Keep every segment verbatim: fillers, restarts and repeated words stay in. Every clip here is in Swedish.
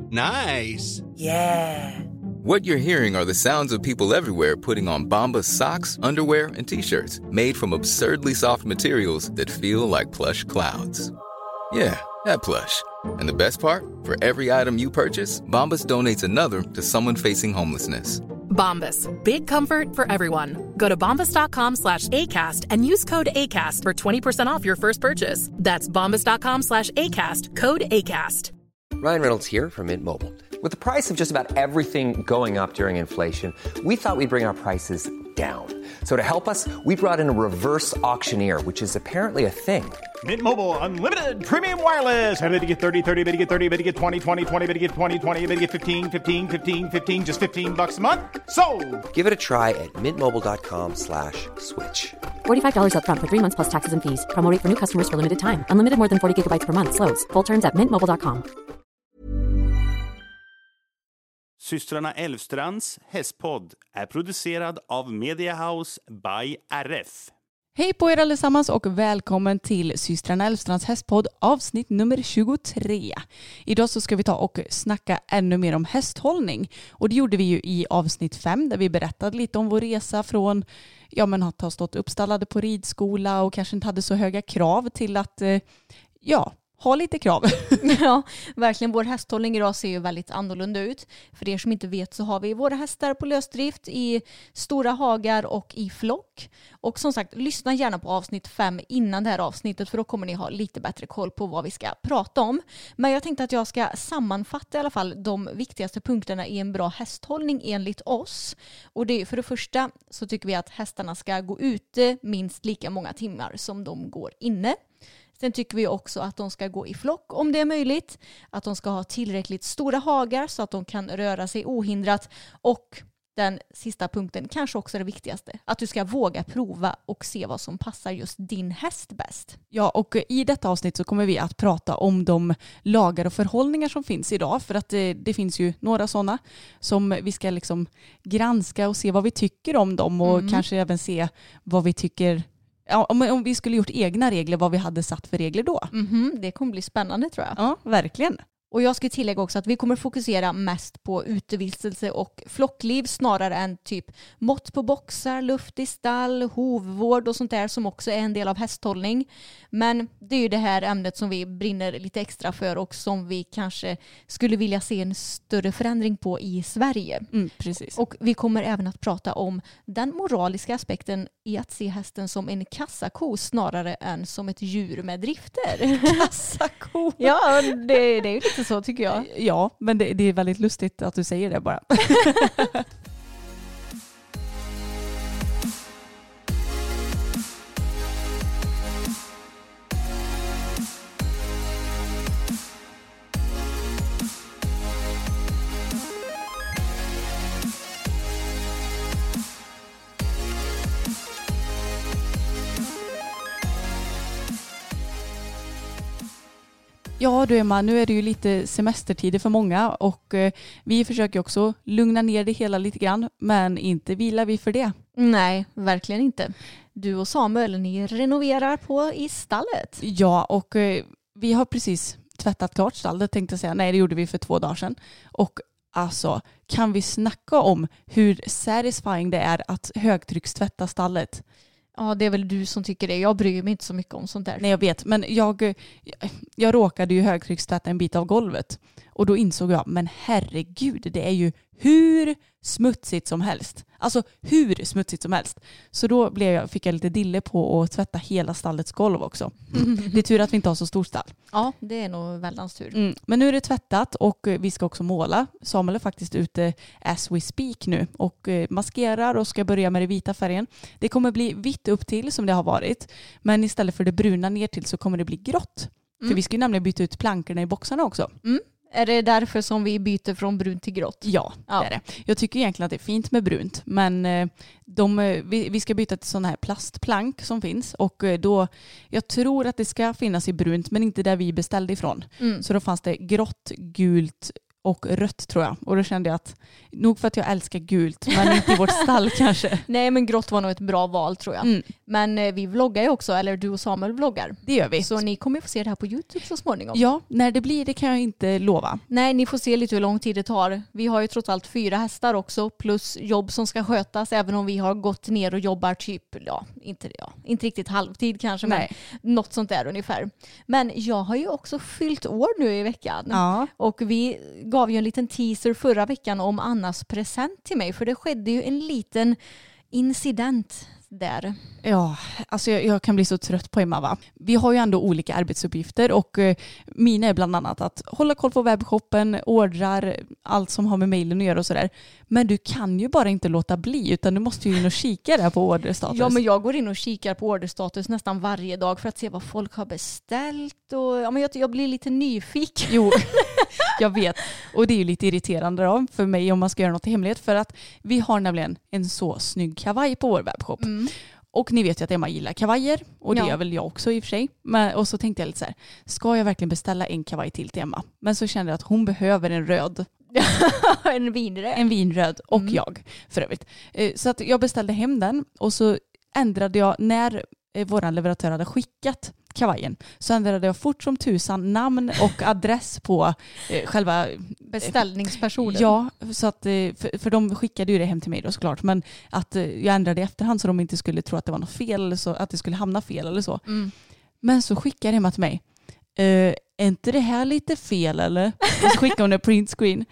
Nice. Yeah. What you're hearing are the sounds of people everywhere putting on Bombas socks, underwear, and T-shirts made from absurdly soft materials that feel like plush clouds. Yeah, that plush. And the best part? For every item you purchase, Bombas donates another to someone facing homelessness. Bombas. Big comfort for everyone. Go to bombas.com slash ACAST and use code ACAST for twenty percent off your first purchase. That's bombas.com slash ACAST. Code ACAST. Ryan Reynolds here from Mint Mobile. With the price of just about everything going up during inflation, we thought we'd bring our prices down. So to help us, we brought in a reverse auctioneer, which is apparently a thing. Mint Mobile Unlimited Premium Wireless. How to get thirty, thirty, how to get thirty, how to get twenty, twenty, twenty, how to get twenty, twenty, how to get fifteen, fifteen, fifteen, fifteen, just fifteen bucks a month? Sold! Give it a try at mintmobile.com slash switch. forty-five dollars up front for three months plus taxes and fees. Promo rate for new customers for limited time. Unlimited more than forty gigabytes per month. Slows full terms at mint mobile dot com. Systrarna Elvstrands hästpodd är producerad av Media House by R F. Hej på er allesammans och välkommen till Systrarna Elvstrands hästpodd avsnitt nummer tjugotre. Idag så ska vi ta och snacka ännu mer om hästhållning. Och det gjorde vi ju i avsnitt fem där vi berättade lite om vår resa från ja, men att ha stått uppstallade på ridskola och kanske inte hade så höga krav till att ja, ha lite krav. Ja, verkligen. Vår hästhållning idag ser ju väldigt annorlunda ut. För er som inte vet så har vi våra hästar på lösdrift i stora hagar och i flock. Och som sagt, lyssna gärna på avsnitt fem innan det här avsnittet för då kommer ni ha lite bättre koll på vad vi ska prata om. Men jag tänkte att jag ska sammanfatta i alla fall de viktigaste punkterna i en bra hästhållning enligt oss. Och det är för det första så tycker vi att hästarna ska gå ute minst lika många timmar som de går inne. Sen tycker vi också att de ska gå i flock om det är möjligt. Att de ska ha tillräckligt stora hagar så att de kan röra sig ohindrat. Och den sista punkten, kanske också det viktigaste, att du ska våga prova och se vad som passar just din häst bäst. Ja, och i detta avsnitt så kommer vi att prata om de lagar och förhållningar som finns idag. För att det, det finns ju några sådana som vi ska liksom granska och se vad vi tycker om dem. Och mm. kanske även se vad vi tycker. Ja, om, om vi skulle gjort egna regler, vad vi hade satt för regler då. Mm-hmm, det kommer bli spännande tror jag. Ja, verkligen. Och jag ska tillägga också att vi kommer fokusera mest på utevistelse och flockliv snarare än typ mått på boxar, luft i stall, hovvård och sånt där som också är en del av hästhållning. Men det är ju det här ämnet som vi brinner lite extra för och som vi kanske skulle vilja se en större förändring på i Sverige. Mm, precis. Och vi kommer även att prata om den moraliska aspekten i att se hästen som en kassako snarare än som ett djur med drifter. Kassako? Ja, det, det är ju lite så tycker jag. Ja, men det, det är väldigt lustigt att du säger det bara. Ja du Emma, nu är det ju lite semestertider för många och eh, vi försöker också lugna ner det hela lite grann, men inte vilar vi för det. Nej, verkligen inte. Du och Samuel, ni renoverar på i stallet. Ja, och eh, vi har precis tvättat klart stallet tänkte jag säga. Nej, det gjorde vi för två dagar sedan. Och alltså, kan vi snacka om hur satisfying det är att högtryckstvätta stallet? Ja, det är väl du som tycker det. Jag bryr mig inte så mycket om sånt där. Nej, jag vet. Men jag, jag råkade ju högtryckstvätta en bit av golvet. Och då insåg jag, men herregud, det är ju hur smutsigt som helst. Alltså hur smutsigt som helst. Så då blev jag, fick jag lite dille på att tvätta hela stallets golv också. Det är tur att vi inte har så stor stall. Ja, det är nog väldans tur. Mm. Men nu är det tvättat och vi ska också måla. Samuel är faktiskt ute as we speak nu och maskerar och ska börja med den vita färgen. Det kommer bli vitt upp till som det har varit. Men istället för det bruna ner till så kommer det bli grått. Mm. För vi ska ju nämligen byta ut plankorna i boxarna också. Mm. Är det därför som vi byter från brunt till grått? Ja, ja, det är det. Jag tycker egentligen att det är fint med brunt. Men de, vi, vi ska byta till sådana här plastplank som finns. Och då, jag tror att det ska finnas i brunt men inte där vi beställde ifrån. Mm. Så då fanns det grått, gult och rött tror jag. Och då kände jag att, nog för att jag älskar gult, men inte i vårt stall kanske. Nej, men grått var nog ett bra val tror jag. Mm. Men eh, vi vloggar ju också, eller du och Samuel vloggar. Det gör vi. Så ni kommer få se det här på YouTube så småningom. Ja, när det blir det kan jag inte lova. Nej, ni får se lite hur lång tid det tar. Vi har ju trots allt fyra hästar också, plus jobb som ska skötas, även om vi har gått ner och jobbar typ, ja, inte, ja, inte riktigt halvtid kanske, Nej. men något sånt där ungefär. Men jag har ju också fyllt år nu i veckan. Ja. Och vi gav ju en liten teaser förra veckan om Annas present till mig, för det skedde ju en liten incident där. Ja, alltså jag, jag kan bli så trött på Emma va. Vi har ju ändå olika arbetsuppgifter och eh, mina är bland annat att hålla koll på webbshoppen, ordrar, allt som har med mejlen att göra och sådär. Men du kan ju bara inte låta bli utan du måste ju in och kika där på orderstatus. Ja, men jag går in och kikar på orderstatus nästan varje dag för att se vad folk har beställt och ja, men jag, jag blir lite nyfiken. Jo, jag vet. Och det är ju lite irriterande då för mig om man ska göra något i hemlighet för att vi har nämligen en så snygg kavaj på vår webbshop. Mm. Och ni vet ju att Emma gillar kavajer och det Ja. gör väl jag också i och för sig. Men, och så tänkte jag lite så här, ska jag verkligen beställa en kavaj till till Emma? Men så kände jag att hon behöver en röd. En vinröd. En vinröd och Mm. jag för övrigt. Eh, Så att jag beställde hem den och så ändrade jag när eh, våran leverantör hade skickat kavajen så ändrade jag fort som tusan namn och adress på eh, själva Beställningspersonen. Ja, så att, eh, för, för de skickade ju det hem till mig då såklart. Men att eh, jag ändrade i efterhand så de inte skulle tro att det var något fel eller så, att det skulle hamna fel eller så. Mm. Men så skickade Emma till mig. Eh, är inte det här lite fel eller? Och så skickade hon en printscreen.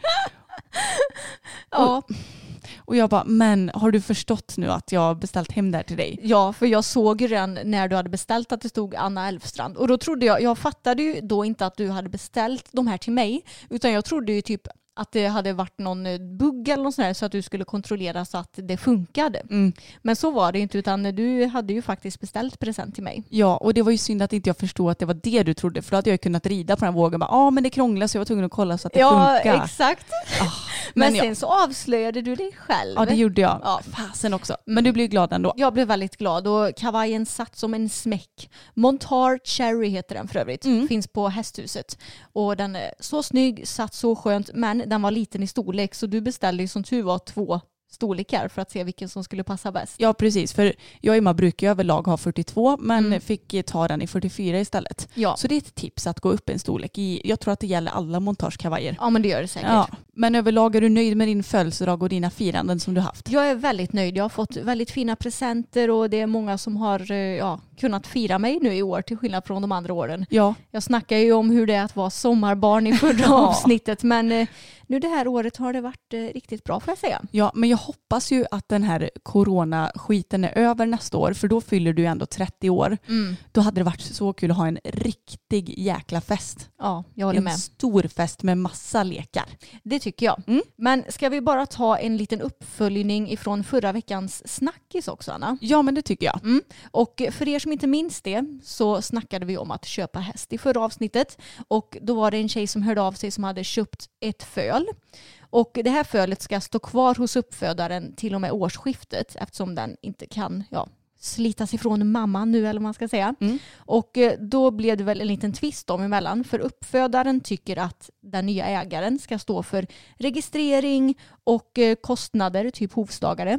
Ja. Och, och jag bara, men har du förstått nu att jag har beställt hem där till dig? Ja, för jag såg ju redan när du hade beställt att det stod Anna Elfstrand. Och då trodde jag, jag fattade ju då inte att du hade beställt de här till mig. Utan jag trodde ju typ att det hade varit någon bugg eller något sånt där så att du skulle kontrollera så att det funkade. Mm. Men så var det inte, utan du hade ju faktiskt beställt present till mig. Ja, och det var ju synd att inte jag förstod att det var det du trodde. För då hade jag kunnat rida på den vågen. Ja, ah, men det krånglar så jag var tvungen att kolla så att det Ja, funkar. exakt. Ah, Men, men sen ja. så avslöjade du dig själv. Ja, det gjorde jag. Ja. Fasen också. Men du blev glad ändå. Jag blev väldigt glad och kavajen satt som en smäck. Montar Cherry heter den för övrigt. Mm. Finns på Hästhuset. Och den är så snygg, satt så skönt, men den var liten i storlek så du beställde ju som tur var två storlekar för att se vilken som skulle passa bäst. Ja, precis. För jag och Emma brukar ju överlag ha fyrtiotvå men Mm. fick ta den i fyrtiofyra istället. Ja. Så det är ett tips att gå upp en storlek. I, jag tror att det gäller alla montagekavajer. Ja, men det gör det säkert. Ja. Men överlag är du nöjd med din födelsedag och dina firanden som du haft? Jag är väldigt nöjd. Jag har fått väldigt fina presenter och det är många som har eh, ja, kunnat fira mig nu i år till skillnad från de andra åren. Ja. Jag snackar ju om hur det är att vara sommarbarn i förra Ja. avsnittet men eh, nu det här året har det varit eh, riktigt bra får jag säga. Ja, men jag hoppas ju att den här coronaskiten är över nästa år för då fyller du ändå trettio år. Mm. Då hade det varit så kul att ha en riktig jäkla fest. Ja, jag håller En med. stor fest med massa lekar. Det tycker jag. Mm. Men ska vi bara ta en liten uppföljning ifrån förra veckans snackis också, Anna? Ja, men det tycker jag. Mm. Och för er som inte minns det så snackade vi om att köpa häst i förra avsnittet. Och då var det en tjej som hörde av sig som hade köpt ett föl. Och det här fölet ska stå kvar hos uppfödaren till och med årsskiftet eftersom den inte kan ja, slitas ifrån mamman nu eller vad man ska säga. Mm. Och eh, då blev det väl en liten tvist om emellan för uppfödaren tycker att den nya ägaren ska stå för registrering och eh, kostnader, typ hovslagare.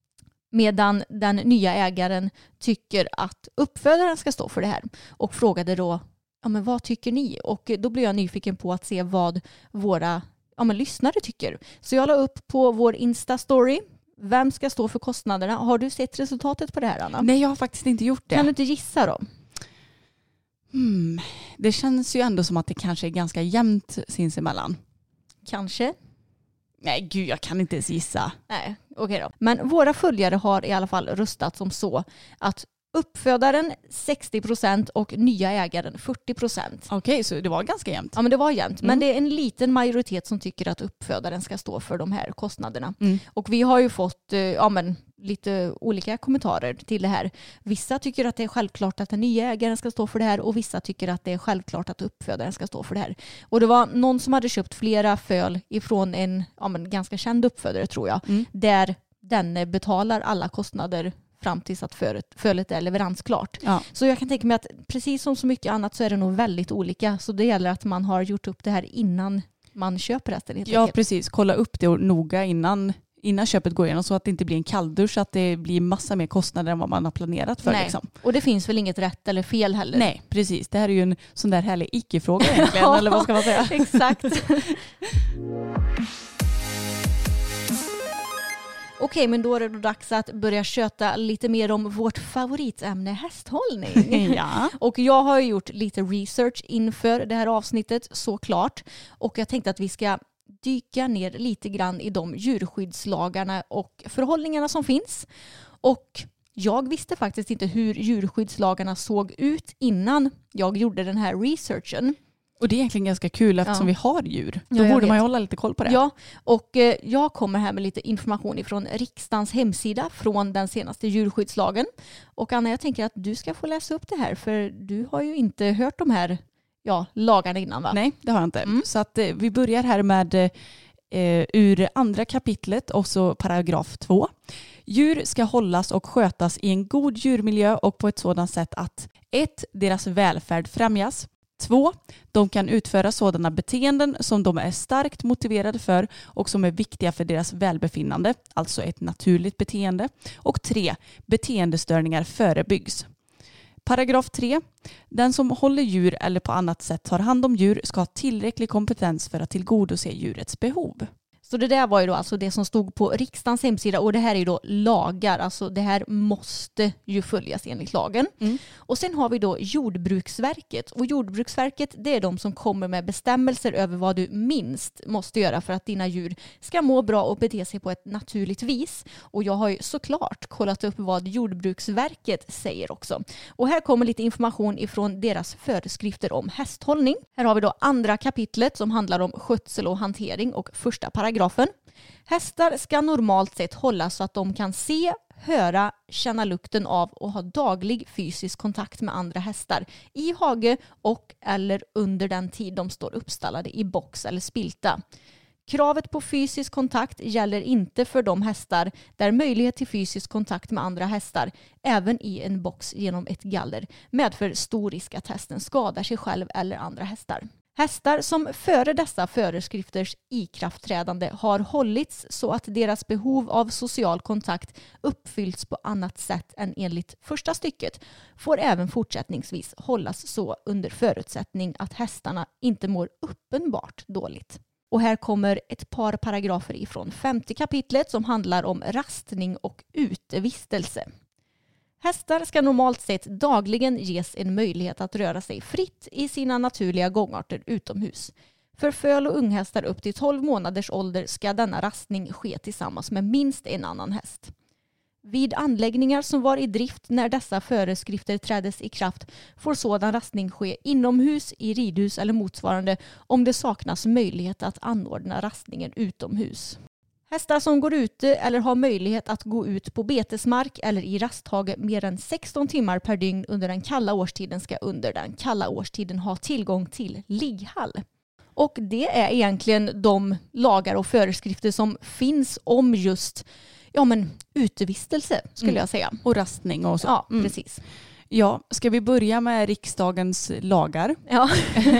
Medan den nya ägaren tycker att uppfödaren ska stå för det här. Och frågade då, ja men vad tycker ni? Och då blev jag nyfiken på att se vad våra ja, men lyssnare tycker. Så jag la upp på vår Insta-story. Vem ska stå för kostnaderna? Har du sett resultatet på det här, Anna? Nej, jag har faktiskt inte gjort det. Kan du inte gissa då? Hmm. Det känns ju ändå som att det kanske är ganska jämnt sinsemellan. Kanske. Nej, gud, jag kan inte ens gissa. Nej, okej då. Men våra följare har i alla fall röstat som så att uppfödaren sextio procent och nya ägaren fyrtio procent. Okej, så det var ganska jämnt. Ja, men det var jämnt. Men Mm. det är en liten majoritet som tycker att uppfödaren ska stå för de här kostnaderna. Mm. Och vi har ju fått eh, ja, men, lite olika kommentarer till det här. Vissa tycker att det är självklart att den nya ägaren ska stå för det här och vissa tycker att det är självklart att uppfödaren ska stå för det här. Och det var någon som hade köpt flera föl ifrån en ja, men, ganska känd uppfödare tror jag. Mm. Där den betalar alla kostnader fram tills att fölet är leveransklart. Ja. Så jag kan tänka mig att precis som så mycket annat så är det nog väldigt olika. Så det gäller att man har gjort upp det här innan man köper hästen helt Ja, enkelt. precis. Kolla upp det noga innan, innan köpet går igenom så att det inte blir en kalldusch, att det blir massa mer kostnader än vad man har planerat för. Nej. Liksom. Och det finns väl inget rätt eller fel heller? Nej, precis. Det här är ju en sån där härlig icke-fråga egentligen, eller vad ska man säga? Exakt. Okej, men då är det då dags att börja köta lite mer om vårt favoritämne hästhållning. Ja. Och jag har gjort lite research inför det här avsnittet såklart. Och jag tänkte att vi ska dyka ner lite grann i de djurskyddslagarna och förhållningarna som finns. Och jag visste faktiskt inte hur djurskyddslagarna såg ut innan jag gjorde den här researchen. Och det är egentligen ganska kul eftersom Ja. vi har djur. Då Ja, jag borde vet. man ju hålla lite koll på det. Ja, och eh, jag kommer här med lite information ifrån riksdagens hemsida från den senaste djurskyddslagen. Och Anna, jag tänker att du ska få läsa upp det här, för du har ju inte hört de här ja, lagarna innan, va? Nej, det har jag inte. Mm. Så att, eh, vi börjar här med eh, ur andra kapitlet och så paragraf två. Djur ska hållas och skötas i en god djurmiljö och på ett sådant sätt att ett. Deras välfärd främjas. Två. De kan utföra sådana beteenden som de är starkt motiverade för och som är viktiga för deras välbefinnande, alltså ett naturligt beteende. Och tre. Beteendestörningar förebyggs. Paragraf tre. Den som håller djur eller på annat sätt tar hand om djur ska ha tillräcklig kompetens för att tillgodose djurets behov. Så det där var ju då alltså det som stod på riksdagens hemsida, och det här är ju då lagar, alltså det här måste ju följas enligt lagen. Mm. Och sen har vi då Jordbruksverket, och Jordbruksverket, det är de som kommer med bestämmelser över vad du minst måste göra för att dina djur ska må bra och bete sig på ett naturligt vis. Och jag har ju såklart kollat upp vad Jordbruksverket säger också. Och här kommer lite information ifrån deras föreskrifter om hästhållning. Här har vi då andra kapitlet som handlar om skötsel och hantering, och första paragrafen. Hästar ska normalt sett hållas så att de kan se, höra, känna lukten av och ha daglig fysisk kontakt med andra hästar i hage och eller under den tid de står uppstallade i box eller spilta. Kravet på fysisk kontakt gäller inte för de hästar där möjlighet till fysisk kontakt med andra hästar, även i en box genom ett galler, medför stor risk att hästen skadar sig själv eller andra hästar. Hästar som före dessa föreskrifters ikraftträdande har hållits så att deras behov av social kontakt uppfyllts på annat sätt än enligt första stycket får även fortsättningsvis hållas så under förutsättning att hästarna inte mår uppenbart dåligt. Och här kommer ett par paragrafer ifrån femte kapitlet som handlar om rastning och utevistelse. Hästar ska normalt sett dagligen ges en möjlighet att röra sig fritt i sina naturliga gångarter utomhus. För föl- och unghästar upp till tolv månaders ålder ska denna rastning ske tillsammans med minst en annan häst. Vid anläggningar som var i drift när dessa föreskrifter träddes i kraft får sådan rastning ske inomhus, i ridhus eller motsvarande om det saknas möjlighet att anordna rastningen utomhus. Hästar som går ute eller har möjlighet att gå ut på betesmark eller i rasthage mer än sexton timmar per dygn under den kalla årstiden ska under den kalla årstiden ha tillgång till ligghall. Och det är egentligen de lagar och föreskrifter som finns om just ja, men, utevistelse skulle Mm. jag säga. Och rastning och så. Ja, Mm. precis. Ja, ska vi börja med riksdagens lagar? Ja.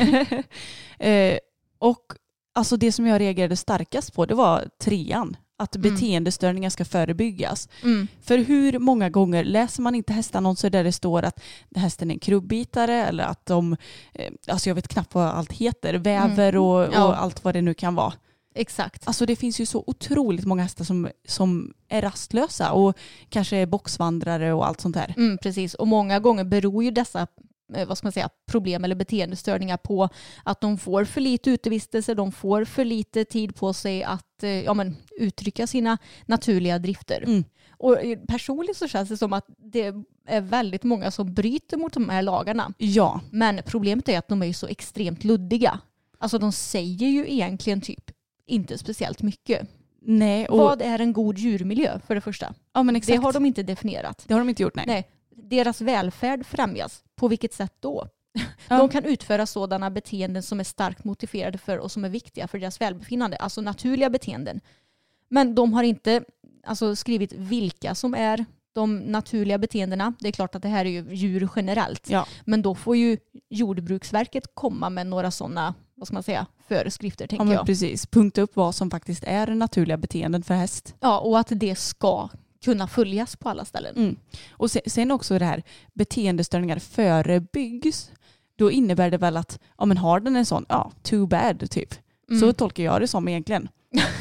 eh, och alltså det som jag reagerade starkast på, det var trean. Att Mm. beteendestörningar ska förebyggas. Mm. För hur många gånger läser man inte hästannonser där det står att hästen är en krubbitare eller att de, eh, alltså jag vet knappt vad allt heter, väver Mm. och, och Ja. allt vad det nu kan vara. Exakt. Alltså det finns ju så otroligt många hästar som, som är rastlösa och kanske är boxvandrare och allt sånt där. Mm, precis. Och många gånger beror ju dessa eh, vad ska man säga, problem eller beteendestörningar på att de får för lite utevistelse, de får för lite tid på sig att eh, ja, men, uttrycka sina naturliga drifter. Mm. Och eh, personligen så känns det som att det är väldigt många som bryter mot de här lagarna. Ja, Men problemet är att de är så extremt luddiga. Alltså de säger ju egentligen typ inte speciellt mycket. nej. Och, Vad är en god djurmiljö för det första? ja, men Det exakt. har de inte definierat. det har de inte gjort, nej. Nej. Deras välfärd främjas. På vilket sätt då? Ja. De kan utföra sådana beteenden som är starkt motiverade för och som är viktiga för deras välbefinnande. Alltså naturliga beteenden. Men de har inte alltså, skrivit vilka som är de naturliga beteendena. Det är klart att det här är ju djur generellt. Ja. Men då får ju Jordbruksverket komma med några sådana vad ska man säga, föreskrifter tänker Ja, men jag. precis. Punkta upp vad som faktiskt är naturliga beteenden för häst. Ja, och att det ska kunna följas på alla ställen. Mm. Och sen, sen också det här beteendestörningar förebyggs. Då innebär det väl att ja, men har den en sån, ja, too bad typ. Mm. Så tolkar jag det som egentligen.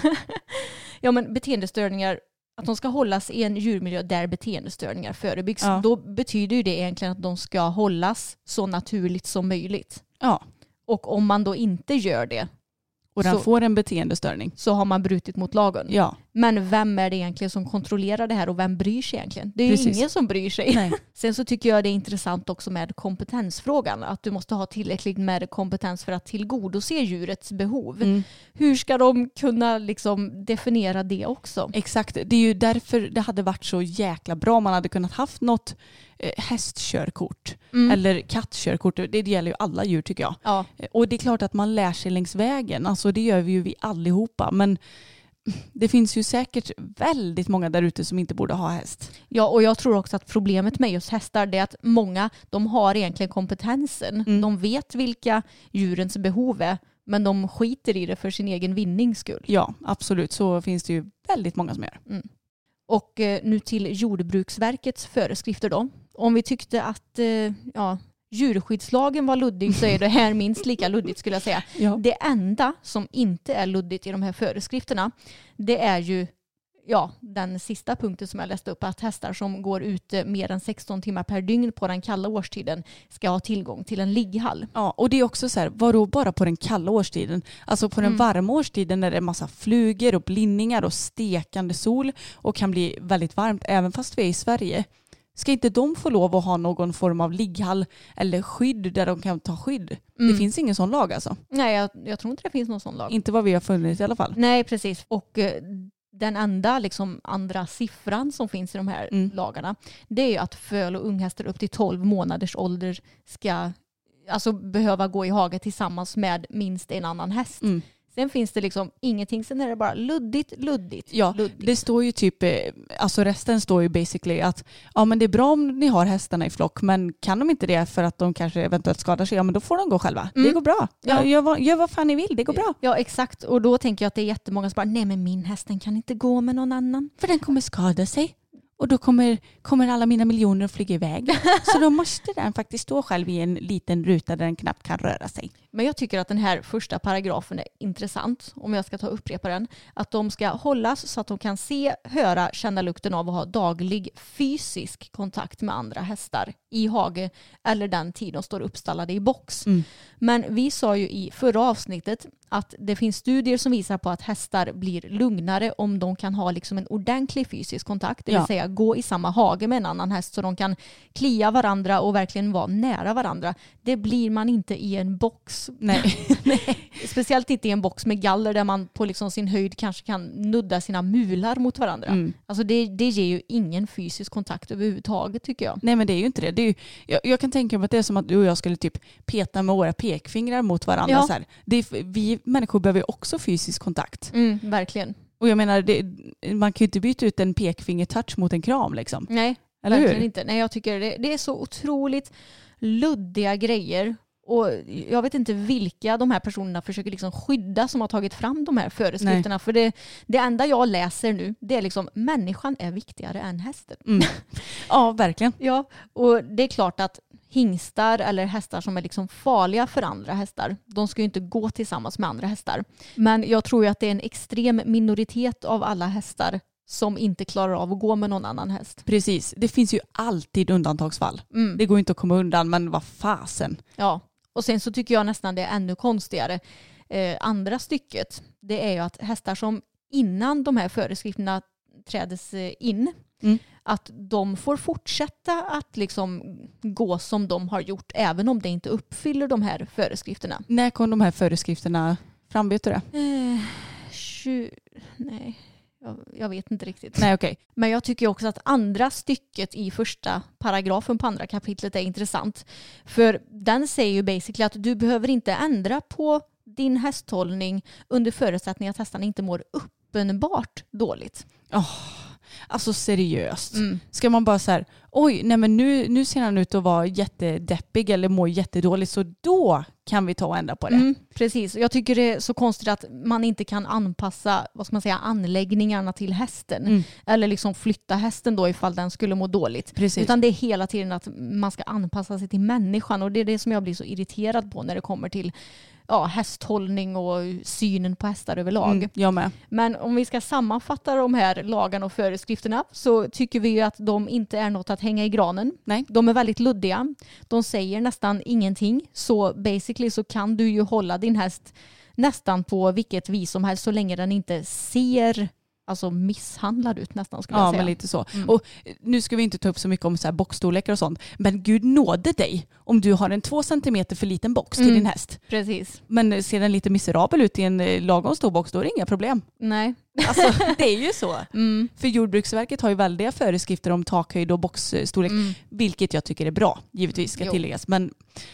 Ja, men beteendestörningar, att de ska hållas i en djurmiljö där beteendestörningar förebyggs. Ja. Då betyder ju det egentligen att de ska hållas så naturligt som möjligt. Ja. Och om man då inte gör det Och den så, får en beteendestörning. så har man brutit mot lagen. Ja. Men vem är det egentligen som kontrollerar det här och vem bryr sig egentligen? Det är ju Precis. ingen som bryr sig. Nej. Sen så tycker jag det är intressant också med kompetensfrågan. Att du måste ha tillräckligt med kompetens för att tillgodose djurets behov. Mm. Hur ska de kunna liksom definiera det också? Exakt. Det är ju därför det hade varit så jäkla bra om man hade kunnat haft något eh, hästkörkort. Mm. Eller kattkörkort. Det, det gäller ju alla djur tycker jag. Ja. Och det är klart att man lär sig längs vägen. Alltså det gör vi ju vi allihopa. Men det finns ju säkert väldigt många där ute som inte borde ha häst. Ja, och jag tror också att problemet med just hästar är att många, de har egentligen kompetensen. Mm. De vet vilka djurens behov är, men de skiter i det för sin egen vinnings skull. Ja, absolut. Så finns det ju väldigt många som gör. Mm. Och eh, nu till Jordbruksverkets föreskrifter då. Om vi tyckte att eh, ja, djurskyddslagen var luddig så är det här minst lika luddigt skulle jag säga. Ja. Det enda som inte är luddigt i de här föreskrifterna, det är ju ja, den sista punkten som jag läste upp, att hästar som går ute mer än sexton timmar per dygn på den kalla årstiden ska ha tillgång till en ligghall. Ja, och det är också så här, vadå bara på den kalla årstiden? Alltså på den Mm. varma årstiden är det en massa flugor och blindningar och stekande sol och kan bli väldigt varmt även fast vi är i Sverige. Ska inte de få lov att ha någon form av ligghall eller skydd där de kan ta skydd? Mm. Det finns ingen sån lag alltså. Nej, jag, jag tror inte det finns någon sån lag. Inte vad vi har funnit i alla fall. Nej, precis. Och eh, den enda liksom, andra siffran som finns i de här Mm. lagarna, det är ju att föl- och unghästar upp till tolv månaders ålder ska alltså, behöva gå i hage tillsammans med minst en annan häst. Mm. Sen finns det liksom ingenting, sen är det bara luddigt, luddigt, Ja, luddigt. det står ju typ, eh, alltså resten står ju basically att ja men det är bra om ni har hästarna i flock, men kan de inte det för att de kanske eventuellt skadar sig, ja men då får de gå själva. Mm. Det går bra. Ja. Ja. Gör, vad, gör vad fan ni vill, det går bra. Ja, exakt. Och då tänker jag att det är jättemånga som bara, nej men min häst den kan inte gå med någon annan. För den kommer skada sig. Och då kommer, kommer alla mina miljoner att flyga iväg. Så då måste den faktiskt stå själv i en liten ruta där den knappt kan röra sig. Men jag tycker att den här första paragrafen är intressant, om jag ska ta och upprepa den. Att de ska hållas så att de kan se, höra, känna lukten av och ha daglig fysisk kontakt med andra hästar i hage eller den tid de står uppstallade i box. Mm. Men vi sa ju i förra avsnittet att det finns studier som visar på att hästar blir lugnare om de kan ha liksom en ordentlig fysisk kontakt. Det vill Ja. säga gå i samma hage med en annan häst så de kan klia varandra och verkligen vara nära varandra. Det blir man inte i en box. Nej. Speciellt inte i en box med galler där man på liksom sin höjd kanske kan nudda sina mular mot varandra. Mm. Alltså det, det ger ju ingen fysisk kontakt överhuvudtaget tycker jag. Nej men det är ju inte det. det är ju, jag, jag kan tänka mig att det är som att du och jag skulle typ peta med våra pekfingrar mot varandra. Ja. Så här. Det är, vi människor behöver ju också fysisk kontakt. Mm, verkligen. Och jag menar, det, man kan ju inte byta ut en pekfingertouch mot en kram liksom. Nej, Eller verkligen hur? inte. Nej, jag tycker det, det är så otroligt luddiga grejer. Och jag vet inte vilka de här personerna försöker liksom skydda som har tagit fram de här föreskrifterna. Nej. För det, det enda jag läser nu, det är liksom människan är viktigare än hästen. Mm. Ja, verkligen. Ja, och det är klart att hingstar eller hästar som är liksom farliga för andra hästar, de ska ju inte gå tillsammans med andra hästar. Men jag tror ju att det är en extrem minoritet av alla hästar som inte klarar av att gå med någon annan häst. Precis. Det finns ju alltid undantagsfall. Mm. Det går inte att komma undan, men vad fasen. Ja, och sen så tycker jag nästan det är ännu konstigare. Eh, andra stycket, det är ju att hästar som innan de här föreskrifterna trädes in, Mm. att de får fortsätta att liksom gå som de har gjort även om det inte uppfyller de här föreskrifterna. När kom de här föreskrifterna fram, vet du det? Eh, tju... Nej, jag, jag vet inte riktigt. Nej, okej. Men jag tycker också att andra stycket i första paragrafen på andra kapitlet är intressant. För den säger ju basically att du behöver inte ändra på din hästhållning under förutsättning att hästarna inte mår uppenbart dåligt. Oh, Alltså seriöst. Mm. Ska man bara så här, oj, nej men nu, nu ser han ut att vara jättedeppig eller mår jättedåligt, så då kan vi ta och ändra på det. Mm, precis. Jag tycker det är så konstigt att man inte kan anpassa, vad ska man säga, anläggningarna till hästen. Mm. Eller liksom flytta hästen då ifall den skulle må dåligt. Precis. Utan det är hela tiden att man ska anpassa sig till människan, och det är det som jag blir så irriterad på när det kommer till ja, hästhållning och synen på hästar överlag. Mm, jag med. Men om vi ska sammanfatta de här lagarna och föreskrifterna så tycker vi ju att de inte är något att hänga i granen. Nej. De är väldigt luddiga. De säger nästan ingenting. Så basically så kan du ju hålla din häst nästan på vilket vis som helst så länge den inte ser alltså misshandlad ut nästan, skulle ja, jag säga. Men lite så. Mm. Och nu ska vi inte ta upp så mycket om så här boxstorlekar och sånt. Men Gud nåde dig om du har en två centimeter för liten box till Mm. din häst. Precis. Men ser den lite miserabel ut i en lagom stor box, då är det inga problem. Nej. Alltså det är ju så. Mm. För Jordbruksverket har ju väldiga föreskrifter om takhöjd och boxstorlek. Mm. Vilket jag tycker är bra, givetvis ska Jo. tilläggas. Men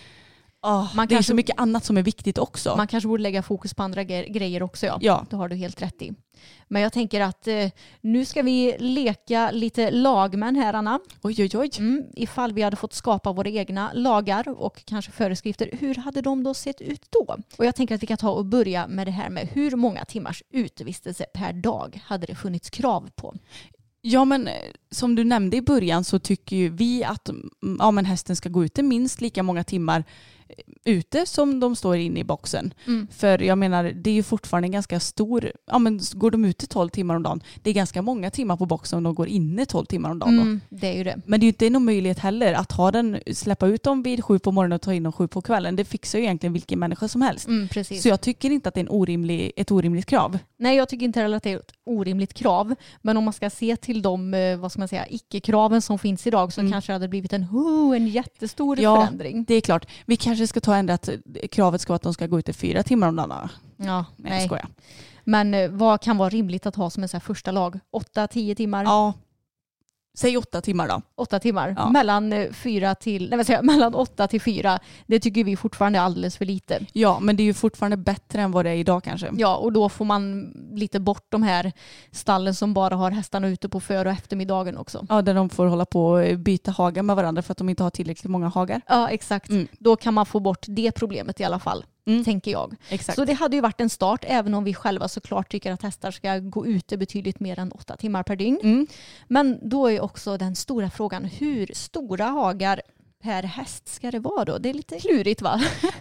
åh, Man det är kanske- så mycket annat som är viktigt också. Man kanske borde lägga fokus på andra gre- grejer också. Ja. Ja. Det har du helt rätt i. Men jag tänker att eh, nu ska vi leka lite lagmän här, Anna. Oj, oj, oj. Mm, ifall vi hade fått skapa våra egna lagar och kanske föreskrifter, hur hade de då sett ut då? Och jag tänker att vi kan ta och börja med det här med hur många timmars utevistelse per dag hade det funnits krav på? Ja, men eh, som du nämnde i början så tycker ju vi att mm, ja, men hästen ska gå ute minst lika många timmar eh, ute som de står inne i boxen. Mm. För jag menar, det är ju fortfarande en ganska stor, ja men går de ute tolv timmar om dagen, det är ganska många timmar på boxen om de går inne tolv timmar om dagen då. Mm, det är ju det. Men det är ju inte någon möjlighet heller att ha den, släppa ut dem vid sju på morgonen och ta in dem sju på kvällen. Det fixar ju egentligen vilken människa som helst. Mm, precis. Så jag tycker inte att det är en orimlig, ett orimligt krav. Nej, jag tycker inte heller att det är ett orimligt krav. Men om man ska se till de, eh, vad ska man säga, icke-kraven som finns idag så Mm. kanske det hade blivit en, oh, en jättestor Ja. förändring. Det är klart. Vi kanske ska ta ändra att kravet ska vara att de ska gå ute fyra timmar om dagen. Ja, Nej, jag nej. skojar. Men eh, vad kan vara rimligt att ha som en så här första lag? Åtta, tio timmar? Ja. Säg åtta timmar då. Åtta timmar. Ja. Mellan, eh, fyra till, nej, vad säger jag, mellan åtta till fyra. Det tycker vi fortfarande är alldeles för lite. Ja, men det är ju fortfarande bättre än vad det är idag kanske. Ja, och då får man lite bort de här stallen som bara har hästarna ute på för- och eftermiddagen också. Ja, där de får hålla på och byta hagar med varandra för att de inte har tillräckligt många hagar. Ja, exakt. Mm. Då kan man få bort det problemet i alla fall, Mm. tänker jag. Exakt. Så det hade ju varit en start, även om vi själva såklart tycker att hästar ska gå ute betydligt mer än åtta timmar per dygn. Mm. Men då är också den stora frågan, hur stora hagar per häst ska det vara då? Det är lite klurigt, va?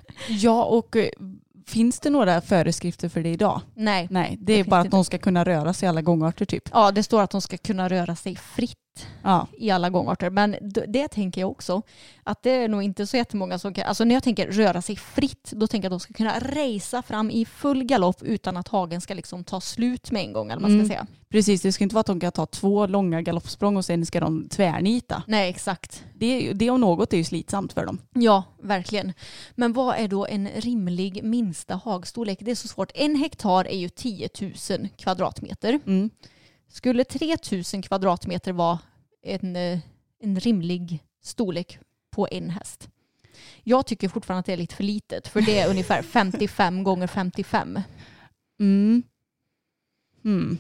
Ja, och eh, finns det några föreskrifter för det idag? Nej. Nej, det är finns bara inte. att de ska kunna röra sig i alla gångarter typ. Ja, det står att de ska kunna röra sig fritt Ja. i alla gångarter. Men d- det tänker jag också, att det är nog inte så jättemånga som kan, alltså när jag tänker röra sig fritt, då tänker jag att de ska kunna racea fram i full galopp utan att hagen ska liksom ta slut med en gång, eller vad man ska Mm. säga. Precis, det ska inte vara att de kan ta två långa galoppsprång och sen ska de tvärnita. Nej, exakt. Det, det om något är ju slitsamt för dem. Ja, verkligen. Men vad är då en rimlig minsta hagstorlek? Det är så svårt. En hektar är ju tio tusen kvadratmeter. Mm. Skulle tre tusen kvadratmeter vara en, eh, en rimlig storlek på en häst? Jag tycker fortfarande att det är lite för litet, för det är ungefär femtiofem gånger femtiofem. Mm. Mm.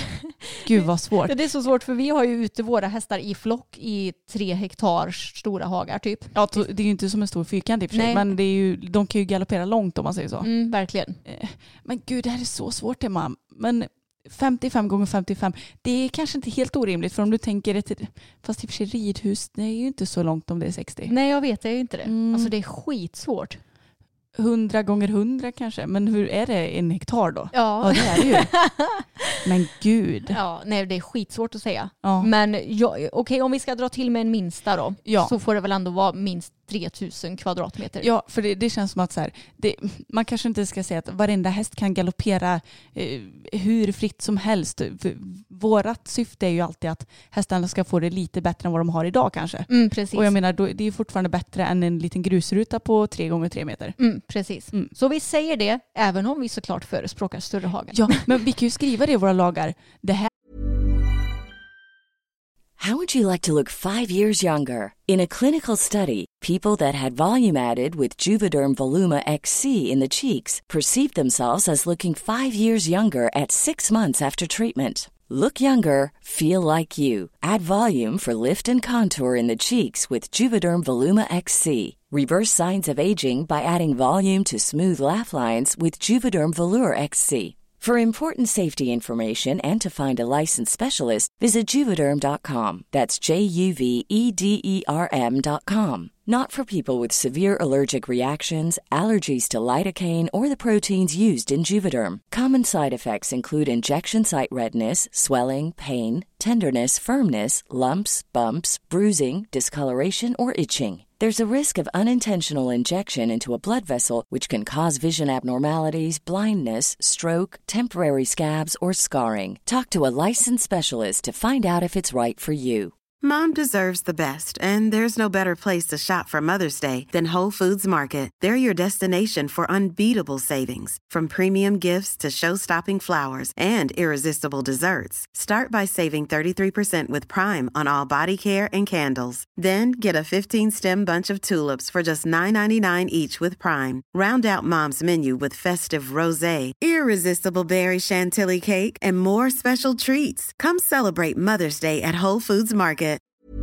Gud vad svårt. Det är så svårt, för vi har ju ute våra hästar i flock i tre hektars stora hagar typ. Ja, to- det är ju inte som en stor fyrkant i och för sig, Nej. men det är ju, de kan ju galoppera långt om man säger så. Mm, verkligen. Men gud, det här är så svårt det, man. Men femtiofem gånger femtiofem, det är kanske inte helt orimligt, för om du tänker ett, fast i och för sig ridhus, det är ju inte så långt om det är sextio. Nej, jag vet, det är ju inte det. Mm. Alltså det är skitsvårt. hundra gånger hundra kanske, men hur är det en hektar då? Ja. Ja, det är det ju. Men gud. Ja, nej, det är skitsvårt att säga. Ja. Men ja, okej, om vi ska dra till med en minsta då, Ja. så får det väl ändå vara minst tre tusen kvadratmeter. Ja, för det, det känns som att så här, det, man kanske inte ska säga att varenda häst kan galoppera eh, hur fritt som helst. För vårat syfte är ju alltid att hästarna ska få det lite bättre än vad de har idag kanske. Mm, precis. Och jag menar, då, det är ju fortfarande bättre än en liten grusruta på tre gånger tre meter. Mm, precis. Mm. Så vi säger det, även om vi såklart förespråkar större hagar. Ja, men vi kan ju skriva det i våra lagar. Det här How would you like to look five years younger? In a clinical study, people that had volume added with Juvederm Voluma X C in the cheeks perceived themselves as looking five years younger at six months after treatment. Look younger, feel like you. Add volume for lift and contour in the cheeks with Juvederm Voluma X C. Reverse signs of aging by adding volume to smooth laugh lines with Juvederm Volure X C. For important safety information and to find a licensed specialist, visit juvederm dot com. That's J U V E D E R M dot com. Not for people with severe allergic reactions, allergies to lidocaine, or the proteins used in Juvederm. Common side effects include injection site redness, swelling, pain, tenderness, firmness, lumps, bumps, bruising, discoloration, or itching. There's a risk of unintentional injection into a blood vessel, which can cause vision abnormalities, blindness, stroke, temporary scabs, or scarring. Talk to a licensed specialist to find out if it's right for you. Mom deserves the best, and there's no better place to shop for Mother's Day than Whole Foods Market. They're your destination for unbeatable savings, from premium gifts to show-stopping flowers and irresistible desserts. Start by saving thirty-three percent with Prime on all body care and candles. Then get a fifteen-stem bunch of tulips for just nine ninety-nine each with Prime. Round out Mom's menu with festive rosé, irresistible berry chantilly cake, and more special treats. Come celebrate Mother's Day at Whole Foods Market.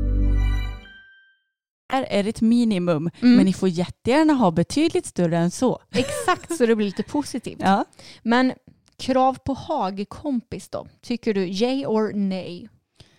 Här är ett minimum, Mm. men ni får jättegärna ha betydligt större än så. Exakt, så det blir lite positivt. Ja. Men krav på hagkompis då? Tycker du yay or nej?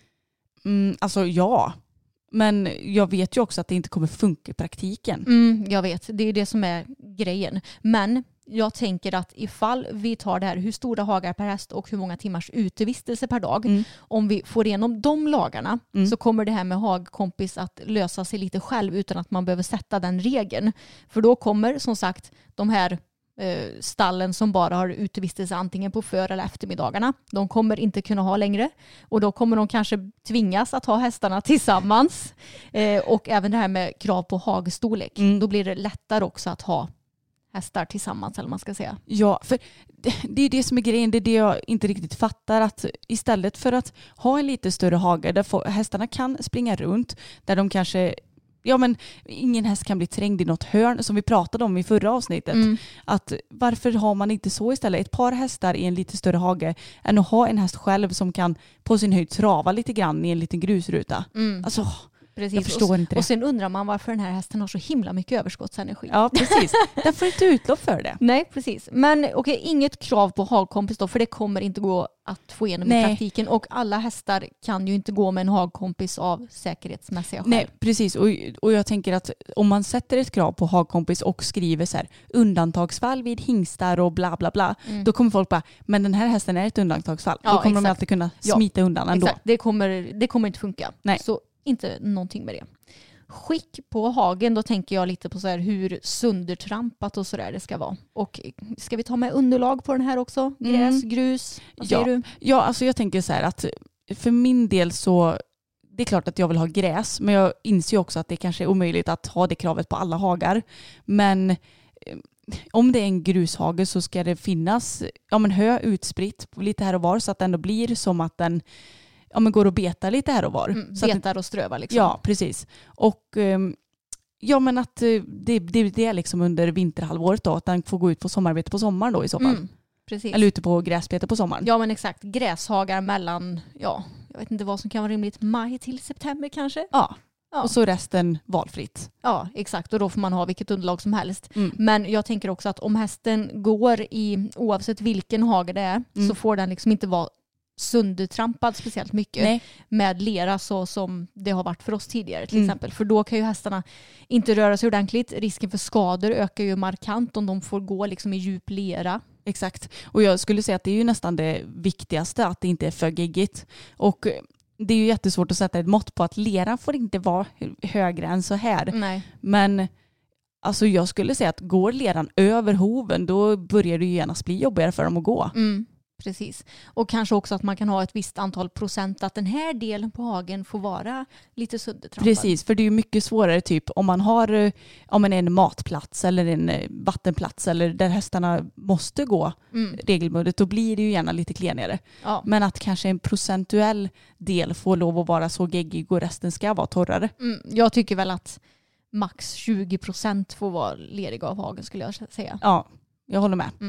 Mm, alltså ja, men jag vet ju också att det inte kommer funka i praktiken. Mm, jag vet, det är det som är grejen. Men jag tänker att ifall vi tar det här, hur stora hagar per häst och hur många timmars utevistelse per dag, Mm. om vi får igenom de lagarna Mm. så kommer det här med hagkompis att lösa sig lite själv utan att man behöver sätta den regeln. För då kommer som sagt de här eh, stallen som bara har utevistelse antingen på för- eller eftermiddagarna, de kommer inte kunna ha längre, och då kommer de kanske tvingas att ha hästarna tillsammans. Eh, och även det här med krav på hagstorlek, Mm. då blir det lättare också att ha hästar tillsammans, eller man ska säga. Ja, för det, det är det som är grejen. Det är det jag inte riktigt fattar. Att istället för att ha en lite större hage där få- hästarna kan springa runt, där de kanske, ja men ingen häst kan bli trängd i något hörn, som vi pratade om i förra avsnittet. Mm. Att varför har man inte så istället? Ett par hästar i en lite större hage än att ha en häst själv som kan på sin höjd trava lite grann i en liten grusruta. Mm. Alltså, Precis. jag förstår och, inte det. Och sen undrar man varför den här hästen har så himla mycket överskottsenergi. Ja, precis. Den får inte utlopp för det. Nej, precis. Men okej, inget krav på hagkompis då, för det kommer inte gå att få igenom Nej. i praktiken. Och alla hästar kan ju inte gå med en hagkompis av säkerhetsmässiga skäl. Nej, precis. Och, och jag tänker att om man sätter ett krav på hagkompis och skriver så här undantagsfall vid hingstar och bla bla bla, Mm. då kommer folk bara, men den här hästen är ett undantagsfall. Ja, då kommer exakt. de alltid kunna Ja, smita undan ändå. Exakt, det kommer, det kommer inte funka. Nej. Så inte någonting med det. Skick på hagen, då tänker jag lite på så här hur söndertrampat och sådär det ska vara. Och ska vi ta med underlag på den här också? Gräs, Mm. grus? Vad Ja. säger du? Ja, alltså jag tänker så här att för min del så, det är klart att jag vill ha gräs, men jag inser ju också att det kanske är omöjligt att ha det kravet på alla hagar. Men eh, om det är en grushage så ska det finnas, ja, men hö utspritt lite här och var, så att det ändå blir som att den, ja, men går och betar lite här och var. Mm, så att, betar och strövar liksom. ja, precis. Och ehm, ja, men att eh, det, det, det är liksom under vinterhalvåret då, att den får gå ut på sommarbete på sommaren då i så fall. Mm, precis. Eller ute på gräsbete på sommaren. Ja, men exakt. Gräshagar mellan, ja, jag vet inte vad som kan vara rimligt, maj till september kanske? Ja. Ja. Och så resten valfritt. Ja, exakt. Och då får man ha vilket underlag som helst. Mm. Men jag tänker också att om hästen går i, oavsett vilken hage det är, Mm. så får den liksom inte vara söndertrampad speciellt mycket Nej. med lera så som det har varit för oss tidigare till Mm. exempel. För då kan ju hästarna inte röra sig ordentligt. Risken för skador ökar ju markant om de får gå liksom i djup lera. Exakt. Och jag skulle säga att det är ju nästan det viktigaste, att det inte är för geggigt. Och det är ju jättesvårt att sätta ett mått på att leran får inte vara högre än så här. Nej. Men alltså jag skulle säga att går leran över hoven, då börjar det ju genast bli jobbigare för dem att gå. Mm. Precis. Och kanske också att man kan ha ett visst antal procent, att den här delen på hagen får vara lite söndertrampad. Precis, för det är ju mycket svårare typ om man har eh, om man är en matplats eller en eh, vattenplats eller där hästarna måste gå Mm. regelbundet, då blir det ju gärna lite klenigare. Ja. Men att kanske en procentuell del får lov att vara så geggig och resten ska vara torrare. Mm. Jag tycker väl att max tjugo procent får vara leriga av hagen, skulle jag säga. Ja, jag håller med. Mm.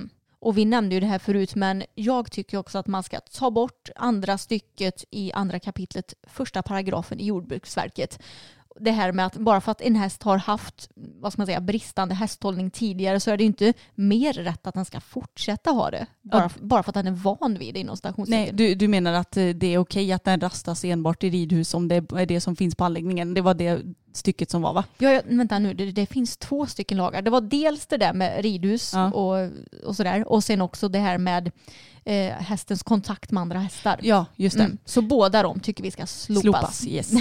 Och vi nämnde ju det här förut, men jag tycker också att man ska ta bort andra stycket i andra kapitlet, första paragrafen i Jordbruksverket. Det här med att bara för att en häst har haft, vad ska man säga, bristande hästhållning tidigare, så är det ju inte mer rätt att den ska fortsätta ha det. Bara, ja. bara för att den är van vid det inom stationstecken. Nej, du, du menar att det är okej att den rastas enbart i ridhus om det är det som finns på anläggningen? Det var det stycket som var, va? Ja, vänta nu, det, det finns två stycken lagar. Det var dels det där med ridhus ja. och, och sådär. Och sen också det här med eh, hästens kontakt med andra hästar. Ja, just det. Mm. Så båda de tycker vi ska slopas. Slopas, yes.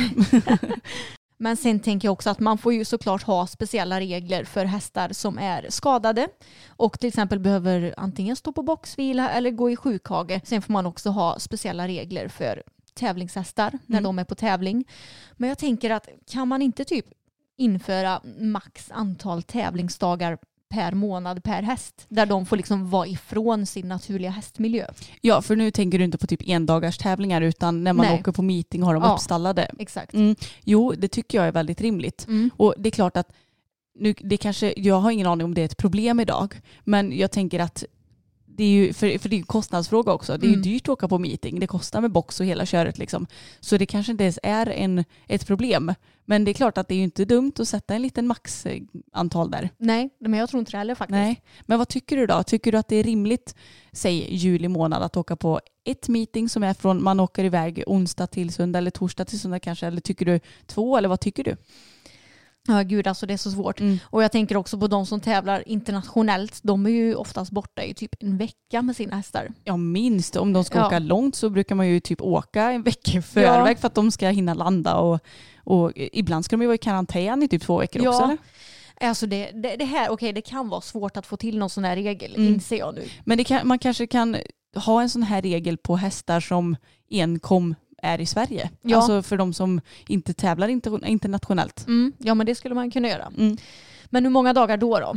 Men sen tänker jag också att man får ju såklart ha speciella regler för hästar som är skadade och till exempel behöver antingen stå på boxvila eller gå i sjukhage. Sen får man också ha speciella regler för tävlingshästar när mm. de är på tävling. Men jag tänker att kan man inte typ införa max antal tävlingsdagar per månad per häst där de får liksom vara ifrån sin naturliga hästmiljö? Ja, för nu tänker du inte på typ endagars tävlingar utan när man Nej. åker på meeting har de ja, uppstallade. Exakt. Mm. Jo, det tycker jag är väldigt rimligt. Mm. Och det är klart att nu, det kanske, jag har ingen aning om det är ett problem idag, men jag tänker att det är ju, för, för det är en kostnadsfråga också. Det är mm. ju dyrt att åka på meeting. Det kostar med box och hela köret liksom. Så det kanske inte ens är en, ett problem. Men det är klart att det är ju inte dumt att sätta en liten maxantal där. Nej, men jag tror inte det heller faktiskt. Nej. Men vad tycker du då? Tycker du att det är rimligt, säg juli månad, att åka på ett meeting som är från, man åker iväg onsdag till söndag eller torsdag till söndag kanske? Eller tycker du två, eller vad tycker du? Ja gud, alltså det är så svårt. Mm. Och jag tänker också på de som tävlar internationellt. De är ju oftast borta i typ en vecka med sina hästar. Ja, minst. Om de ska ja. åka långt så brukar man ju typ åka en vecka i förväg ja. för att de ska hinna landa. Och, och ibland ska de ju vara i karantän i typ två veckor ja. också, eller? Alltså det, det, det här, okej, okay, det kan vara svårt att få till någon sån här regel, mm. inser jag nu. Men det kan, man kanske kan ha en sån här regel på hästar som enkom är i Sverige. Ja. Alltså för de som inte tävlar inter- internationellt. Mm. Ja, men det skulle man kunna göra. Mm. Men hur många dagar då då?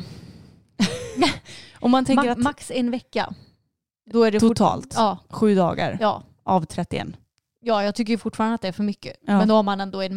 Om man tänker Ma- att max en vecka. Då är det totalt fort- ja. sju dagar ja. av trettioen. Ja, jag tycker fortfarande att det är för mycket. Ja. Men då har man ändå en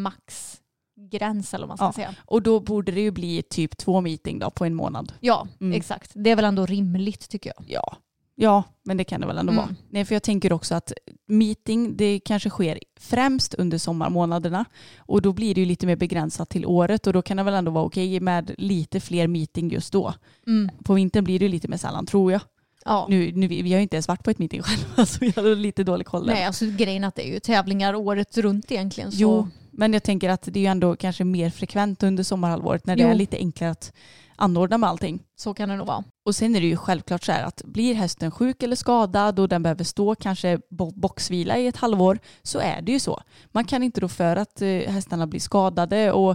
maxgräns eller vad man ska ja. säga. Och då borde det ju bli typ två meeting då på en månad. Ja, mm. exakt. Det är väl ändå rimligt tycker jag. Ja. Ja, men det kan det väl ändå mm. vara. Nej, för jag tänker också att meeting, det kanske sker främst under sommarmånaderna. Och då blir det ju lite mer begränsat till året. Och då kan det väl ändå vara okej med lite fler meeting just då. Mm. På vintern blir det ju lite mer sällan, tror jag. Ja. Nu, nu, vi har ju inte ens varit på ett meeting själva, så vi har lite dålig koll där. Nej, alltså grejen att det är ju tävlingar året runt egentligen. Så. Jo, men jag tänker att det är ju ändå kanske mer frekvent under sommarhalvåret när det jo. är lite enklare att anordna med allting. Så kan det nog vara. Och sen är det ju självklart så här att blir hästen sjuk eller skadad och den behöver stå kanske boxvila i ett halvår, så är det ju så. Man kan inte då för att hästarna blir skadade och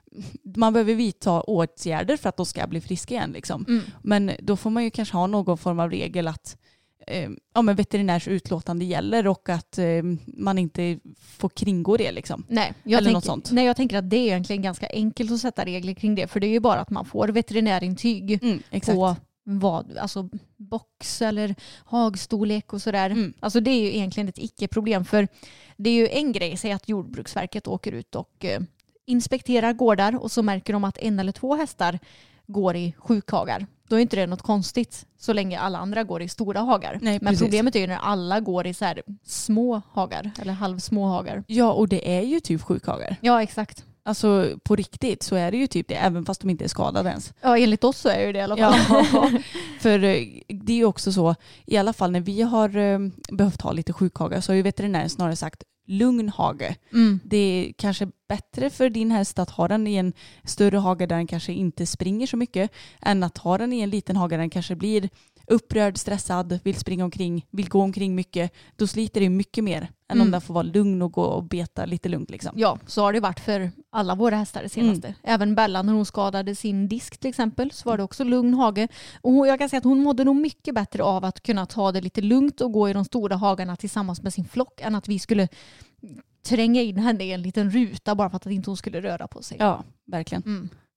man behöver vidta åtgärder för att de ska bli friska igen. Liksom. Mm. Men då får man ju kanske ha någon form av regel att eh, ja, men veterinärs utlåtande gäller och att eh, man inte får kringgå det. Liksom. Nej, jag eller tänk, något sånt. Nej, jag tänker att det är egentligen ganska enkelt att sätta regler kring det. För det är ju bara att man får veterinärintyg mm, på vad, alltså box eller hagstorlek och sådär. Mm. Alltså det är ju egentligen ett icke-problem. För det är ju en grej, säg att Jordbruksverket åker ut och eh, inspekterar gårdar och så märker de att en eller två hästar går i sjukhagar. Då är inte det något konstigt så länge alla andra går i stora hagar. Nej, men precis. Problemet är ju när alla går i så här små hagar eller halvsmå hagar. Ja, och det är ju typ sjukhagar. Ja, exakt. Alltså på riktigt så är det ju typ det, även fast de inte är skadade ens. Ja, enligt oss så är det det i alla fall. Ja, för det är ju också så, i alla fall när vi har behövt ha lite sjukhagar så har ju veterinären snarare sagt lugn hage. Mm. Det är kanske bättre för din häst att ha den i en större hage där den kanske inte springer så mycket än att ha den i en liten hage där den kanske blir upprörd, stressad, vill springa omkring, vill gå omkring mycket. Då sliter det mycket mer än mm. om den får vara lugn och gå och beta lite lugnt. Liksom. Ja, så har det varit för alla våra hästar det senaste. Mm. Även Bella när hon skadade sin disk till exempel så var det också lugn hage. Och jag kan säga att hon mådde nog mycket bättre av att kunna ta det lite lugnt och gå i de stora hagarna tillsammans med sin flock än att vi skulle tränga in henne i en liten ruta bara för att inte hon skulle röra på sig. Ja, verkligen. Mm.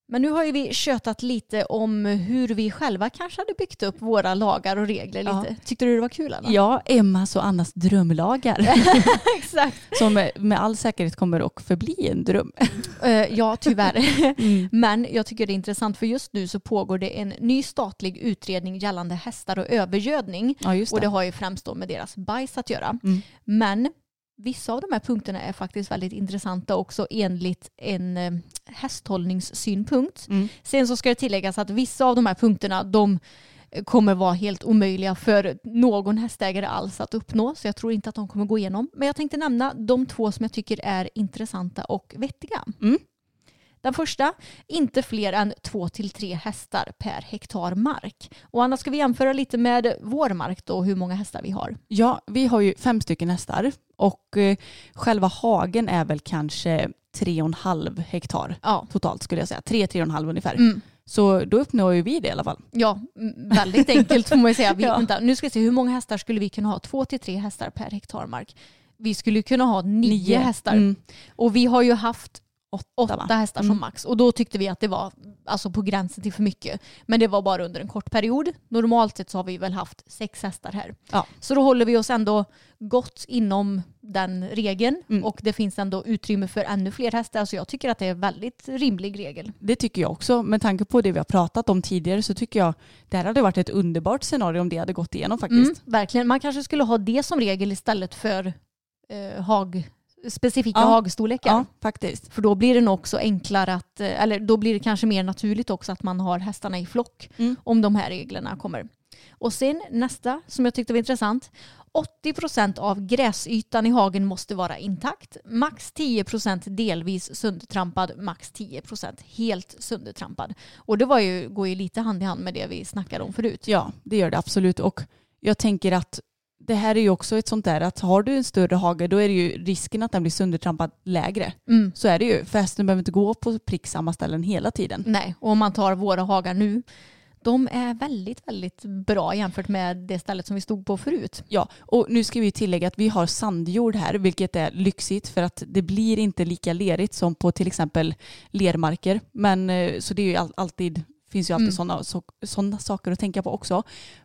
Men nu har ju vi tjötat lite om hur vi själva kanske hade byggt upp våra lagar och regler lite. Ja. Tyckte du det var kul, Anna? Ja, Emmas och Annas drömlagar. Exakt. Som med, med all säkerhet kommer att förbli en dröm. Uh, ja, tyvärr. Mm. Men jag tycker det är intressant för just nu så pågår det en ny statlig utredning gällande hästar och övergödning. Ja, just det. Och det har ju främst då med deras bajs att göra. Mm. Men vissa av de här punkterna är faktiskt väldigt intressanta också enligt en eh, hästhållningssynpunkt. Mm. Sen så ska det tilläggas att vissa av de här punkterna de kommer vara helt omöjliga för någon hästägare alls att uppnå. Så jag tror inte att de kommer gå igenom. Men jag tänkte nämna de två som jag tycker är intressanta och vettiga. Mm. Den första, inte fler än två till tre hästar per hektar mark. Och Anna, ska vi jämföra lite med vår mark då, hur många hästar vi har? Ja, vi har ju fem stycken hästar och eh, själva hagen är väl kanske tre och en halv hektar ja. Totalt skulle jag säga. Tre, tre och en halv ungefär. Mm. Så då uppnår ju vi det i alla fall. Ja, väldigt enkelt får man ju säga. Vi, ja. vänta, nu ska vi se, hur många hästar skulle vi kunna ha? Två till tre hästar per hektar mark. Vi skulle kunna ha nio, nio. hästar. Mm. Och vi har ju haft Åtta, åtta hästar mm. som max. Och då tyckte vi att det var alltså på gränsen till för mycket. Men det var bara under en kort period. Normalt sett så har vi väl haft sex hästar här. Ja. Så då håller vi oss ändå gott inom den regeln. Mm. Och det finns ändå utrymme för ännu fler hästar. Så jag tycker att det är en väldigt rimlig regel. Det tycker jag också. Med tanke på det vi har pratat om tidigare så tycker jag det här hade varit ett underbart scenario om det hade gått igenom faktiskt. Mm, verkligen. Man kanske skulle ha det som regel istället för eh, hag... specifika ja. hagstorlekar. Ja, faktiskt. För då blir det nog också enklare att, eller då blir det kanske mer naturligt också att man har hästarna i flock mm. om de här reglerna kommer. Och sen nästa som jag tyckte var intressant. åttio procent av gräsytan i hagen måste vara intakt. Max tio procent delvis söndertrampad. Max tio procent helt söndertrampad. Och det var ju, går ju lite hand i hand med det vi snackade om förut. Ja, det gör det absolut. Och jag tänker att det här är ju också ett sånt där att har du en större hage då är det ju risken att den blir söndertrampad lägre. Mm. Så är det ju. För hästen behöver inte gå på prick samma ställen hela tiden. Nej, och om man tar våra hagar nu, de är väldigt, väldigt bra jämfört med det stället som vi stod på förut. Ja, och nu ska vi tillägga att vi har sandjord här, vilket är lyxigt för att det blir inte lika lerigt som på till exempel lermarker. Men så det är ju alltid, finns ju alltid mm. sådana, så, sådana saker att tänka på också.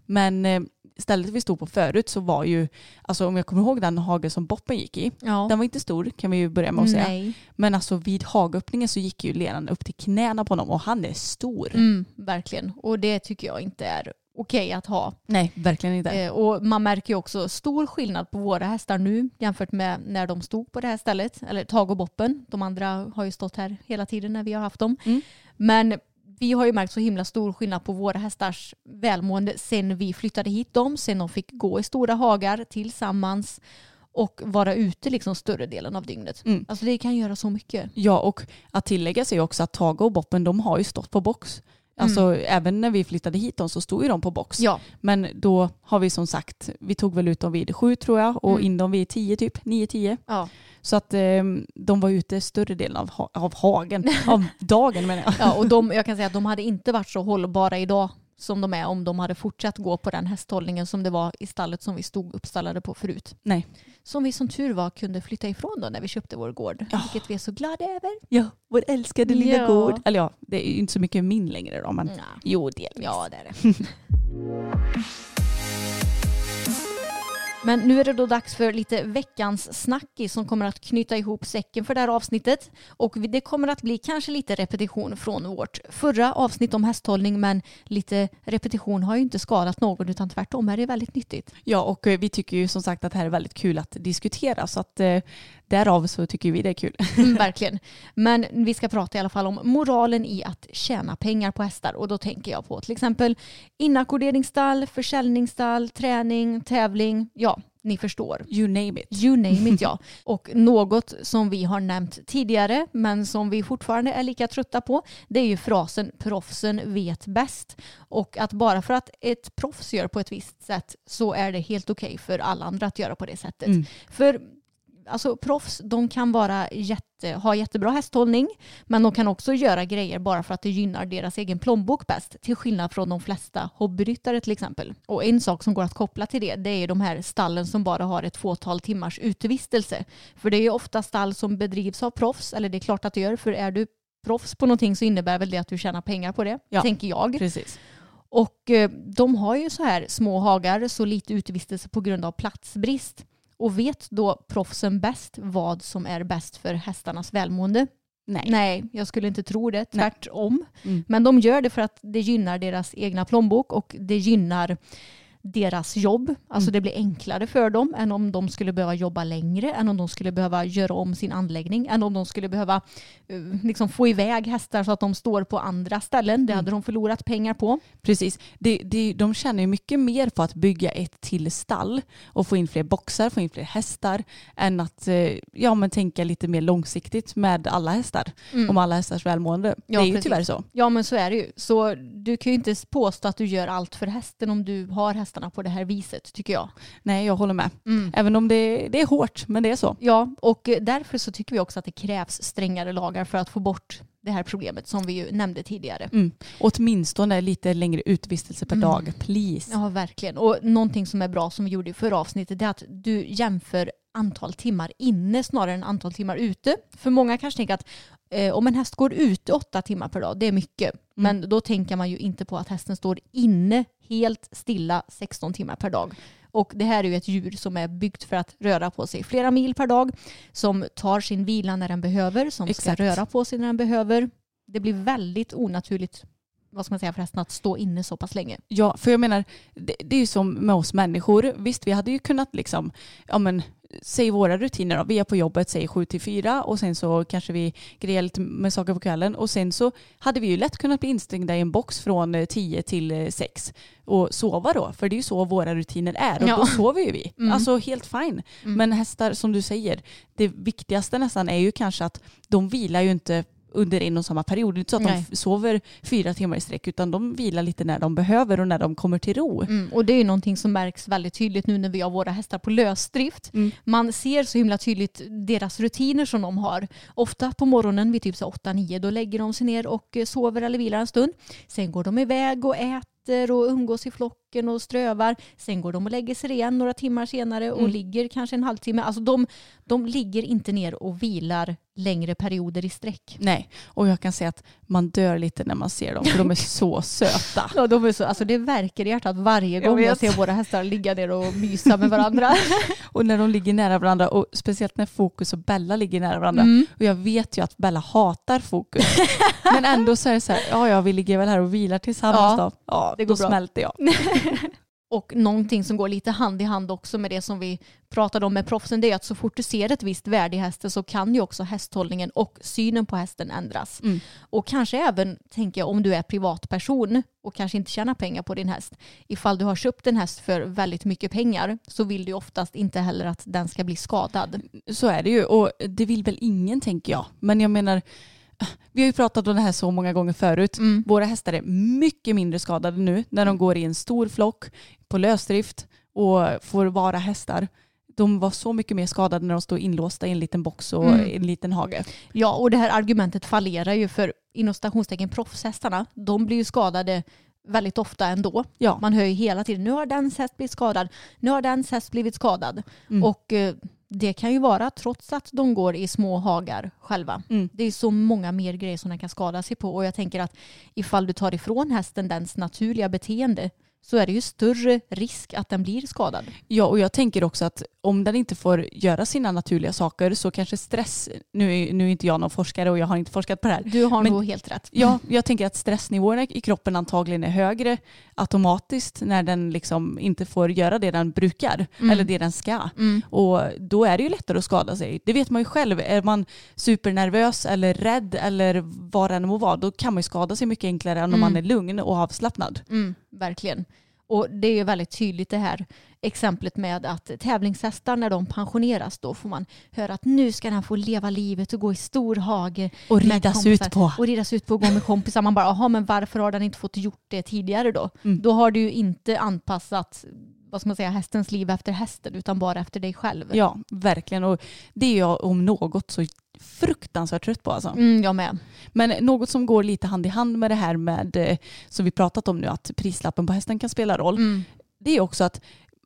Men stället vi stod på förut så var ju, alltså om jag kommer ihåg den hagen som Boppen gick i, ja. Den var inte stor kan vi ju börja med att säga. Nej. Men alltså vid hagöppningen så gick ju leran upp till knäna på honom och han är stor. Mm, verkligen, och det tycker jag inte är okej att ha. Nej, verkligen inte. Eh, och man märker ju också stor skillnad på våra hästar nu jämfört med när de stod på det här stället, eller Tag och Boppen. De andra har ju stått här hela tiden när vi har haft dem. Mm. Men vi har ju märkt så himla stor skillnad på våra hästars välmående sen vi flyttade hit dem. Sen de fick gå i stora hagar tillsammans och vara ute liksom större delen av dygnet. Mm. Alltså det kan göra så mycket. Ja, och att tillägga sig också att Tage och Boppen, de har ju stått på box. Alltså mm. även när vi flyttade hit dem så stod ju de på box. Ja. Men då har vi som sagt, vi tog väl ut dem vid sju tror jag och mm. in dem vid tio typ, nio tio. Ja. Så att eh, de var ute större delen av, ha- av hagen, av dagen menar jag. Ja, och de, jag kan säga att de hade inte varit så hållbara idag som de är om de hade fortsatt gå på den hästhållningen som det var i stallet som vi stod uppstallade på förut. Nej. Som vi som tur var kunde flytta ifrån då när vi köpte vår gård. Ja. Vilket vi är så glada över. Ja, vår älskade lilla ja. gård. Eller ja, det är ju inte så mycket min längre då. Men ja. Jo, delvis. Ja, det är det. Men nu är det då dags för lite veckans snackis som kommer att knyta ihop säcken för det här avsnittet. Och det kommer att bli kanske lite repetition från vårt förra avsnitt om hästhållning. Men lite repetition har ju inte skadat någon utan tvärtom är det väldigt nyttigt. Ja, och vi tycker ju som sagt att det här är väldigt kul att diskutera. Så att eh, därav så tycker vi det är kul. Mm, verkligen. Men vi ska prata i alla fall om moralen i att tjäna pengar på hästar. Och då tänker jag på till exempel inackorderingsstall, försäljningsstall, träning, tävling. Ja, ni förstår. You name it. You name it, ja. Och något som vi har nämnt tidigare men som vi fortfarande är lika trötta på, det är ju frasen proffsen vet bäst. Och att bara för att ett proffs gör på ett visst sätt så är det helt okej för alla andra att göra på det sättet. Mm. För alltså proffs, de kan vara jätte, ha jättebra hästhållning men de kan också göra grejer bara för att det gynnar deras egen plånbok bäst till skillnad från de flesta hobbyryttare till exempel. Och en sak som går att koppla till det, det är de här stallen som bara har ett fåtal timmars utevistelse. För det är ju ofta stall som bedrivs av proffs, eller det är klart att det gör, för är du proffs på någonting så innebär väl det att du tjänar pengar på det, ja, tänker jag. Precis. Och eh, de har ju så här små hagar, så lite utevistelse på grund av platsbrist. Och vet då proffsen bäst vad som är bäst för hästarnas välmående? Nej. Nej, jag skulle inte tro det. Tvärtom. Mm. Men de gör det för att det gynnar deras egna plånbok och det gynnar deras jobb. Alltså mm. det blir enklare för dem än om de skulle behöva jobba längre, än om de skulle behöva göra om sin anläggning, än om de skulle behöva uh, liksom få iväg hästar så att de står på andra ställen. Det mm. hade de förlorat pengar på. Precis. Det, det, de tjänar ju mycket mer på att bygga ett till stall och få in fler boxar, få in fler hästar än att ja, men tänka lite mer långsiktigt med alla hästar. Mm. Om alla hästars välmående. Ja, det är ju precis. tyvärr så. Ja, men så är det ju. Så du kan ju inte påstå att du gör allt för hästen om du har hästarna på det här viset, tycker jag. Nej, jag håller med. Mm. Även om det, det är hårt, men det är så. Ja, och därför så tycker vi också att det krävs strängare lagar för att få bort det här problemet som vi ju nämnde tidigare. Mm. Åtminstone lite längre utvistelse per mm. dag, please. Ja, verkligen. Och någonting som är bra som vi gjorde i förra avsnittet är att du jämför antal timmar inne snarare än antal timmar ute. För många kanske tänker att eh, om en häst går ute åtta timmar per dag, det är mycket. Mm. Men då tänker man ju inte på att hästen står inne helt stilla sexton timmar per dag. Och det här är ju ett djur som är byggt för att röra på sig flera mil per dag. Som tar sin vila när den behöver. Som Exakt. Ska röra på sig när den behöver. Det blir väldigt onaturligt, vad ska man säga, förresten, att stå inne så pass länge. Ja, för jag menar, det, det är ju som med oss människor. Visst, vi hade ju kunnat liksom, ja men, säg våra rutiner då. Vi är på jobbet, säg sju till fyra och sen så kanske vi grejer lite med saker på kvällen och sen så hade vi ju lätt kunnat bli instängda i en box från tio till sex och sova då, för det är ju så våra rutiner är och ja. Då sover ju vi. Mm. Alltså helt fine. Mm. Men hästar, som du säger, det viktigaste nästan är ju kanske att de vilar ju inte under en och samma period. Det är inte så att Nej. de sover fyra timmar i sträck utan de vilar lite när de behöver och när de kommer till ro. Mm, och det är ju någonting som märks väldigt tydligt nu när vi har våra hästar på lösdrift. Mm. Man ser så himla tydligt deras rutiner som de har. Ofta på morgonen vid typ så åtta nio då lägger de sig ner och sover eller vilar en stund. Sen går de iväg och äter och umgås i flocken och strövar. Sen går de och lägger sig igen några timmar senare och mm. ligger kanske en halvtimme. Alltså de, de ligger inte ner och vilar längre perioder i sträck. Nej, och jag kan säga att man dör lite när man ser dem för de är så söta. Ja, de är så, alltså det verkar i hjärtat varje gång jag, jag ser våra hästar ligga där och mysa med varandra. Och när de ligger nära varandra och speciellt när Fokus och Bella ligger nära varandra. Mm. Och jag vet ju att Bella hatar Fokus. Men ändå så är det så här, ja, ja vi ligger väl här och vilar tillsammans ja, då. Ja, det går då bra. Smälter jag. Och någonting som går lite hand i hand också med det som vi pratade om med proffsen, det är att så fort du ser ett visst värde i hästen så kan ju också hästhållningen och synen på hästen ändras. Mm. Och kanske även, tänker jag, om du är privatperson och kanske inte tjänar pengar på din häst. Ifall du har köpt en häst för väldigt mycket pengar så vill du oftast inte heller att den ska bli skadad. Så är det ju, och det vill väl ingen, tänker jag. Men jag menar, vi har ju pratat om det här så många gånger förut. Mm. Våra hästar är mycket mindre skadade nu när de går i en stor flock på lösdrift och får vara hästar. De var så mycket mer skadade när de stod inlåsta i en liten box och mm. en liten hage. Ja, och det här argumentet fallerar ju för inom stationstecken proffshästarna. De blir ju skadade väldigt ofta ändå. Ja. Man hör ju hela tiden, nu har den häst blivit skadad. Nu har den häst blivit skadad. Mm. Och eh, det kan ju vara trots att de går i små hagar själva. Mm. Det är så många mer grejer som den kan skada sig på. Och jag tänker att ifall du tar ifrån hästen dens naturliga beteende så är det ju större risk att den blir skadad. Ja, och jag tänker också att om den inte får göra sina naturliga saker så kanske stress, nu är, nu är inte jag någon forskare och jag har inte forskat på det här. Du har nog helt rätt. Ja, jag tänker att stressnivåerna i kroppen antagligen är högre automatiskt när den liksom inte får göra det den brukar mm. eller det den ska. Mm. Och då är det ju lättare att skada sig. Det vet man ju själv. Är man supernervös eller rädd eller vad det än må vara, då kan man ju skada sig mycket enklare än om mm. man är lugn och avslappnad. Mm, verkligen. Och det är ju väldigt tydligt det här exemplet med att tävlingshästar när de pensioneras då får man höra att nu ska den få leva livet och gå i stor hage och ridas ut på. Och ridas ut på och gå med kompisar. Man bara, jaha, men varför har den inte fått gjort det tidigare då? Mm. Då har du ju inte anpassat, vad ska man säga, hästens liv efter hästen utan bara efter dig själv. Ja, verkligen. Och det är jag om något så fruktansvärt trött på alltså. Mm, jag med. Men något som går lite hand i hand med det här med som vi pratat om nu, att prislappen på hästen kan spela roll. Mm. Det är också att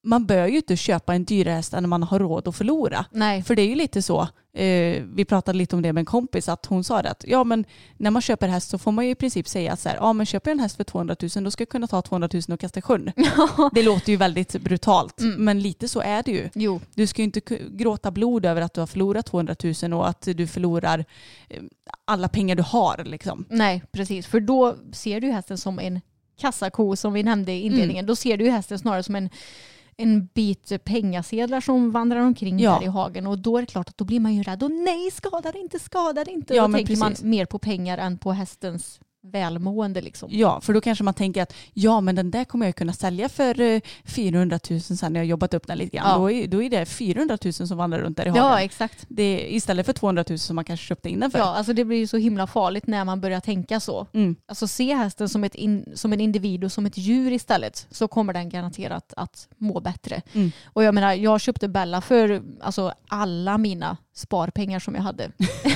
man bör ju inte köpa en dyrare häst än man har råd att förlora. Nej. För det är ju lite så. Eh, vi pratade lite om det med en kompis, att hon sa det att ja, men när man köper häst så får man ju i princip säga så här, ja men köper jag en häst för tvåhundratusen då ska jag kunna ta tvåhundratusen och kasta i sjön. Det låter ju väldigt brutalt, mm. men lite så är det ju. Jo. Du ska ju inte gråta blod över att du har förlorat tvåhundratusen och att du förlorar alla pengar du har liksom. Nej, precis. För då ser du hästen som en kassako som vi nämnde i inledningen. Mm. Då ser du hästen snarare som en en bit pengasedlar som vandrar omkring ja. där i hagen, och då är det klart att då blir man ju rädd och nej, skadar inte, skadar inte. Ja, då men tänker precis. man mer på pengar än på hästens välmående liksom. Ja, för då kanske man tänker att ja, men den där kommer jag kunna sälja för eh, fyrahundratusen sen när jag jobbat upp den lite grann. Ja. Då, är, då är det fyrahundratusen som vandrar runt där i hagen. Ja, exakt. Det är istället för tvåhundratusen som man kanske köpte in den för. Ja, alltså det blir ju så himla farligt när man börjar tänka så. Mm. Alltså se hästen som, ett in, som en individ och som ett djur istället, så kommer den garanterat att må bättre. Mm. Och jag menar, jag köpte Bella för alltså, alla mina sparpengar som jag hade.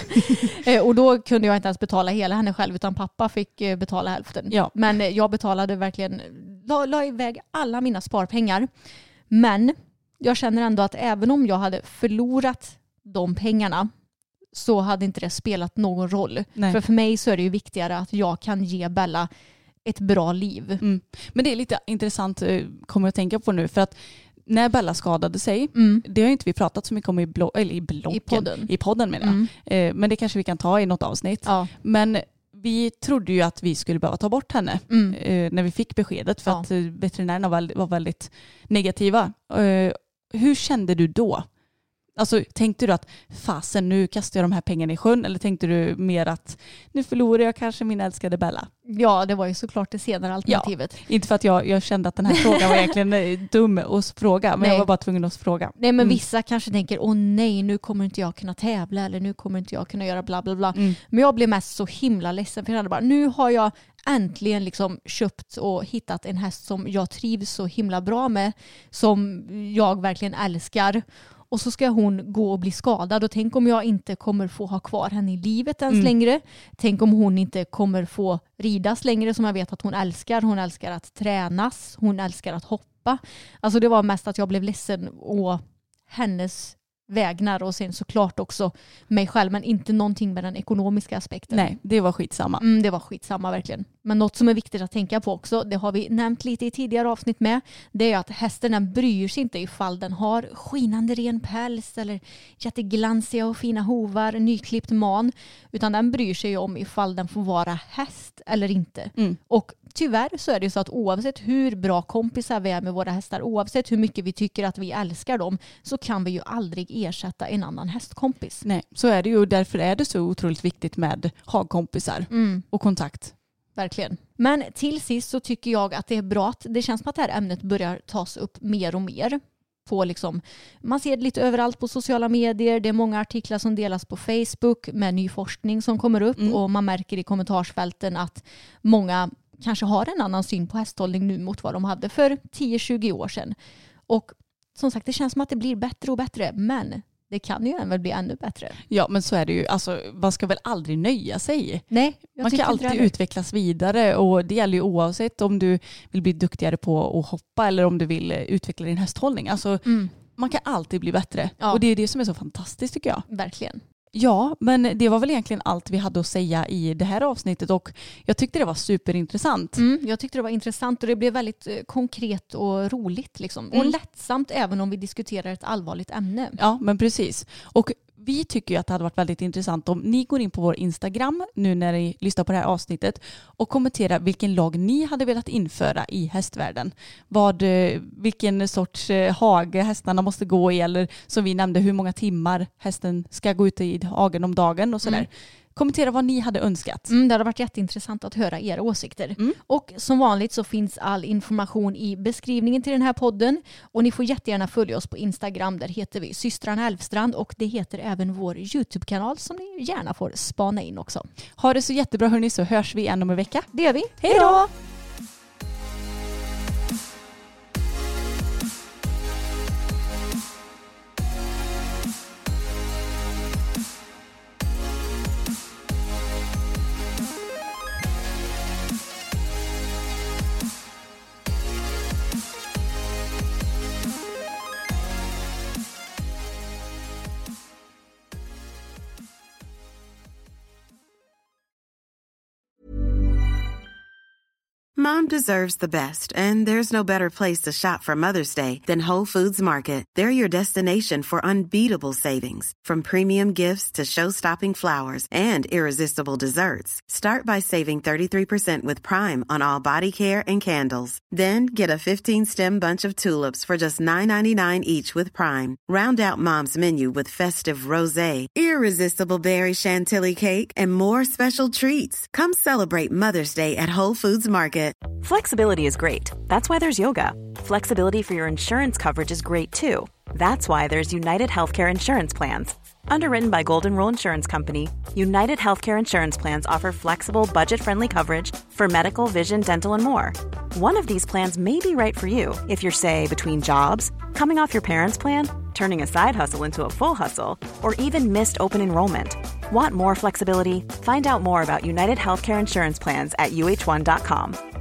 Och då kunde jag inte ens betala hela henne själv, utan pappa fick betala hälften. Ja. Men jag betalade verkligen, la, la iväg alla mina sparpengar. Men jag känner ändå att även om jag hade förlorat de pengarna så hade inte det spelat någon roll. Nej. För för mig så är det ju viktigare att jag kan ge Bella ett bra liv. Mm. Men det är lite intressant, kommer jag att tänka på nu, för att när Bella skadade sig, mm. det har inte vi pratat så mycket om i, blog- eller i bloggen. I podden. I podden menar jag. Mm. Eh, men det kanske vi kan ta i något avsnitt. Ja. Men vi trodde ju att vi skulle behöva ta bort henne mm. eh, när vi fick beskedet, för ja. att eh, veterinärerna var, var väldigt negativa. Eh, hur kände du då? Alltså tänkte du att fasen, nu kastar jag de här pengarna i sjön, eller tänkte du mer att nu förlorar jag kanske min älskade Bella? Ja, det var ju såklart det senare alternativet. Ja, inte för att jag, jag kände att den här frågan var egentligen dum att fråga, men nej. jag var bara tvungen att fråga. Nej, men mm. vissa kanske tänker, åh nej, nu kommer inte jag kunna tävla, eller nu kommer inte jag kunna göra bla bla bla. Mm. Men jag blev mest så himla ledsen, för jag hade bara, nu har jag äntligen liksom köpt och hittat en häst som jag trivs så himla bra med, som jag verkligen älskar. Och så ska hon gå och bli skadad. Och tänk om jag inte kommer få ha kvar henne i livet ens mm. längre. Tänk om hon inte kommer få ridas längre, som jag vet att hon älskar. Hon älskar att tränas. Hon älskar att hoppa. Alltså det var mest att jag blev ledsen och hennes vägnar, och sen såklart också mig själv, men inte någonting med den ekonomiska aspekten. Nej, det var skitsamma. Mm, det var skitsamma verkligen. Men något som är viktigt att tänka på också, det har vi nämnt lite i tidigare avsnitt med, det är att hästen, den bryr sig inte ifall den har skinande ren päls eller jätteglansiga och fina hovar, nyklippt man, utan den bryr sig om ifall den får vara häst eller inte. Mm. Och tyvärr så är det så att oavsett hur bra kompisar vi är med våra hästar, oavsett hur mycket vi tycker att vi älskar dem, så kan vi ju aldrig ersätta en annan hästkompis. Nej, så är det ju, och därför är det så otroligt viktigt med hagkompisar mm. och kontakt. Verkligen. Men till sist så tycker jag att det är bra att det känns som att det här ämnet börjar tas upp mer och mer. På liksom, man ser det lite överallt på sociala medier. Det är många artiklar som delas på Facebook med ny forskning som kommer upp. Mm. Och man märker i kommentarsfälten att många kanske har en annan syn på hästhållning nu mot vad de hade för tio till tjugo år sedan. Och som sagt, det känns som att det blir bättre och bättre. Men det kan ju även bli ännu bättre. Ja, men så är det ju. Alltså, man ska väl aldrig nöja sig. Nej, man kan alltid utvecklas vidare, och det gäller ju oavsett om du vill bli duktigare på att hoppa eller om du vill utveckla din hästhållning. Alltså, mm. man kan alltid bli bättre. Ja. Och det är det som är så fantastiskt tycker jag. Verkligen. Ja, men det var väl egentligen allt vi hade att säga i det här avsnittet, och jag tyckte det var superintressant. Mm, jag tyckte det var intressant, och det blev väldigt konkret och roligt liksom. Mm. Och lättsamt även om vi diskuterar ett allvarligt ämne. Ja, men precis. Och vi tycker ju att det hade varit väldigt intressant om ni går in på vår Instagram nu när ni lyssnar på det här avsnittet och kommenterar vilken lag ni hade velat införa i hästvärlden. Vad, vilken sorts hage hästarna måste gå i, eller som vi nämnde, hur många timmar hästen ska gå ut i hagen om dagen och sådär. Mm. Kommentera vad ni hade önskat. Mm, det hade varit jätteintressant att höra era åsikter. Mm. Och som vanligt så finns all information i beskrivningen till den här podden. Och ni får jättegärna följa oss på Instagram. Där heter vi Systrarna Älvstrand. Och det heter även vår YouTube-kanal som ni gärna får spana in också. Ha det så jättebra hörni, så hörs vi igen om en vecka. Det gör vi. Hej då! Mom deserves the best, and there's no better place to shop for Mother's Day than Whole Foods Market. They're your destination for unbeatable savings, from premium gifts to show-stopping flowers and irresistible desserts. Start by saving thirty-three percent with Prime on all body care and candles. Then get a fifteen-stem bunch of tulips for just nine ninety-nine each with Prime. Round out Mom's menu with festive rosé, irresistible berry chantilly cake, and more special treats. Come celebrate Mother's Day at Whole Foods Market. Flexibility is great. That's why there's yoga. Flexibility for your insurance coverage is great too. That's why there's United Healthcare Insurance Plans. Underwritten by Golden Rule Insurance Company, United Healthcare Insurance Plans offer flexible, budget-friendly coverage for medical, vision, dental, and more. One of these plans may be right for you if you're, say, between jobs, coming off your parents' plan, turning a side hustle into a full hustle, or even missed open enrollment. Want more flexibility? Find out more about United Healthcare Insurance Plans at U H one dot com.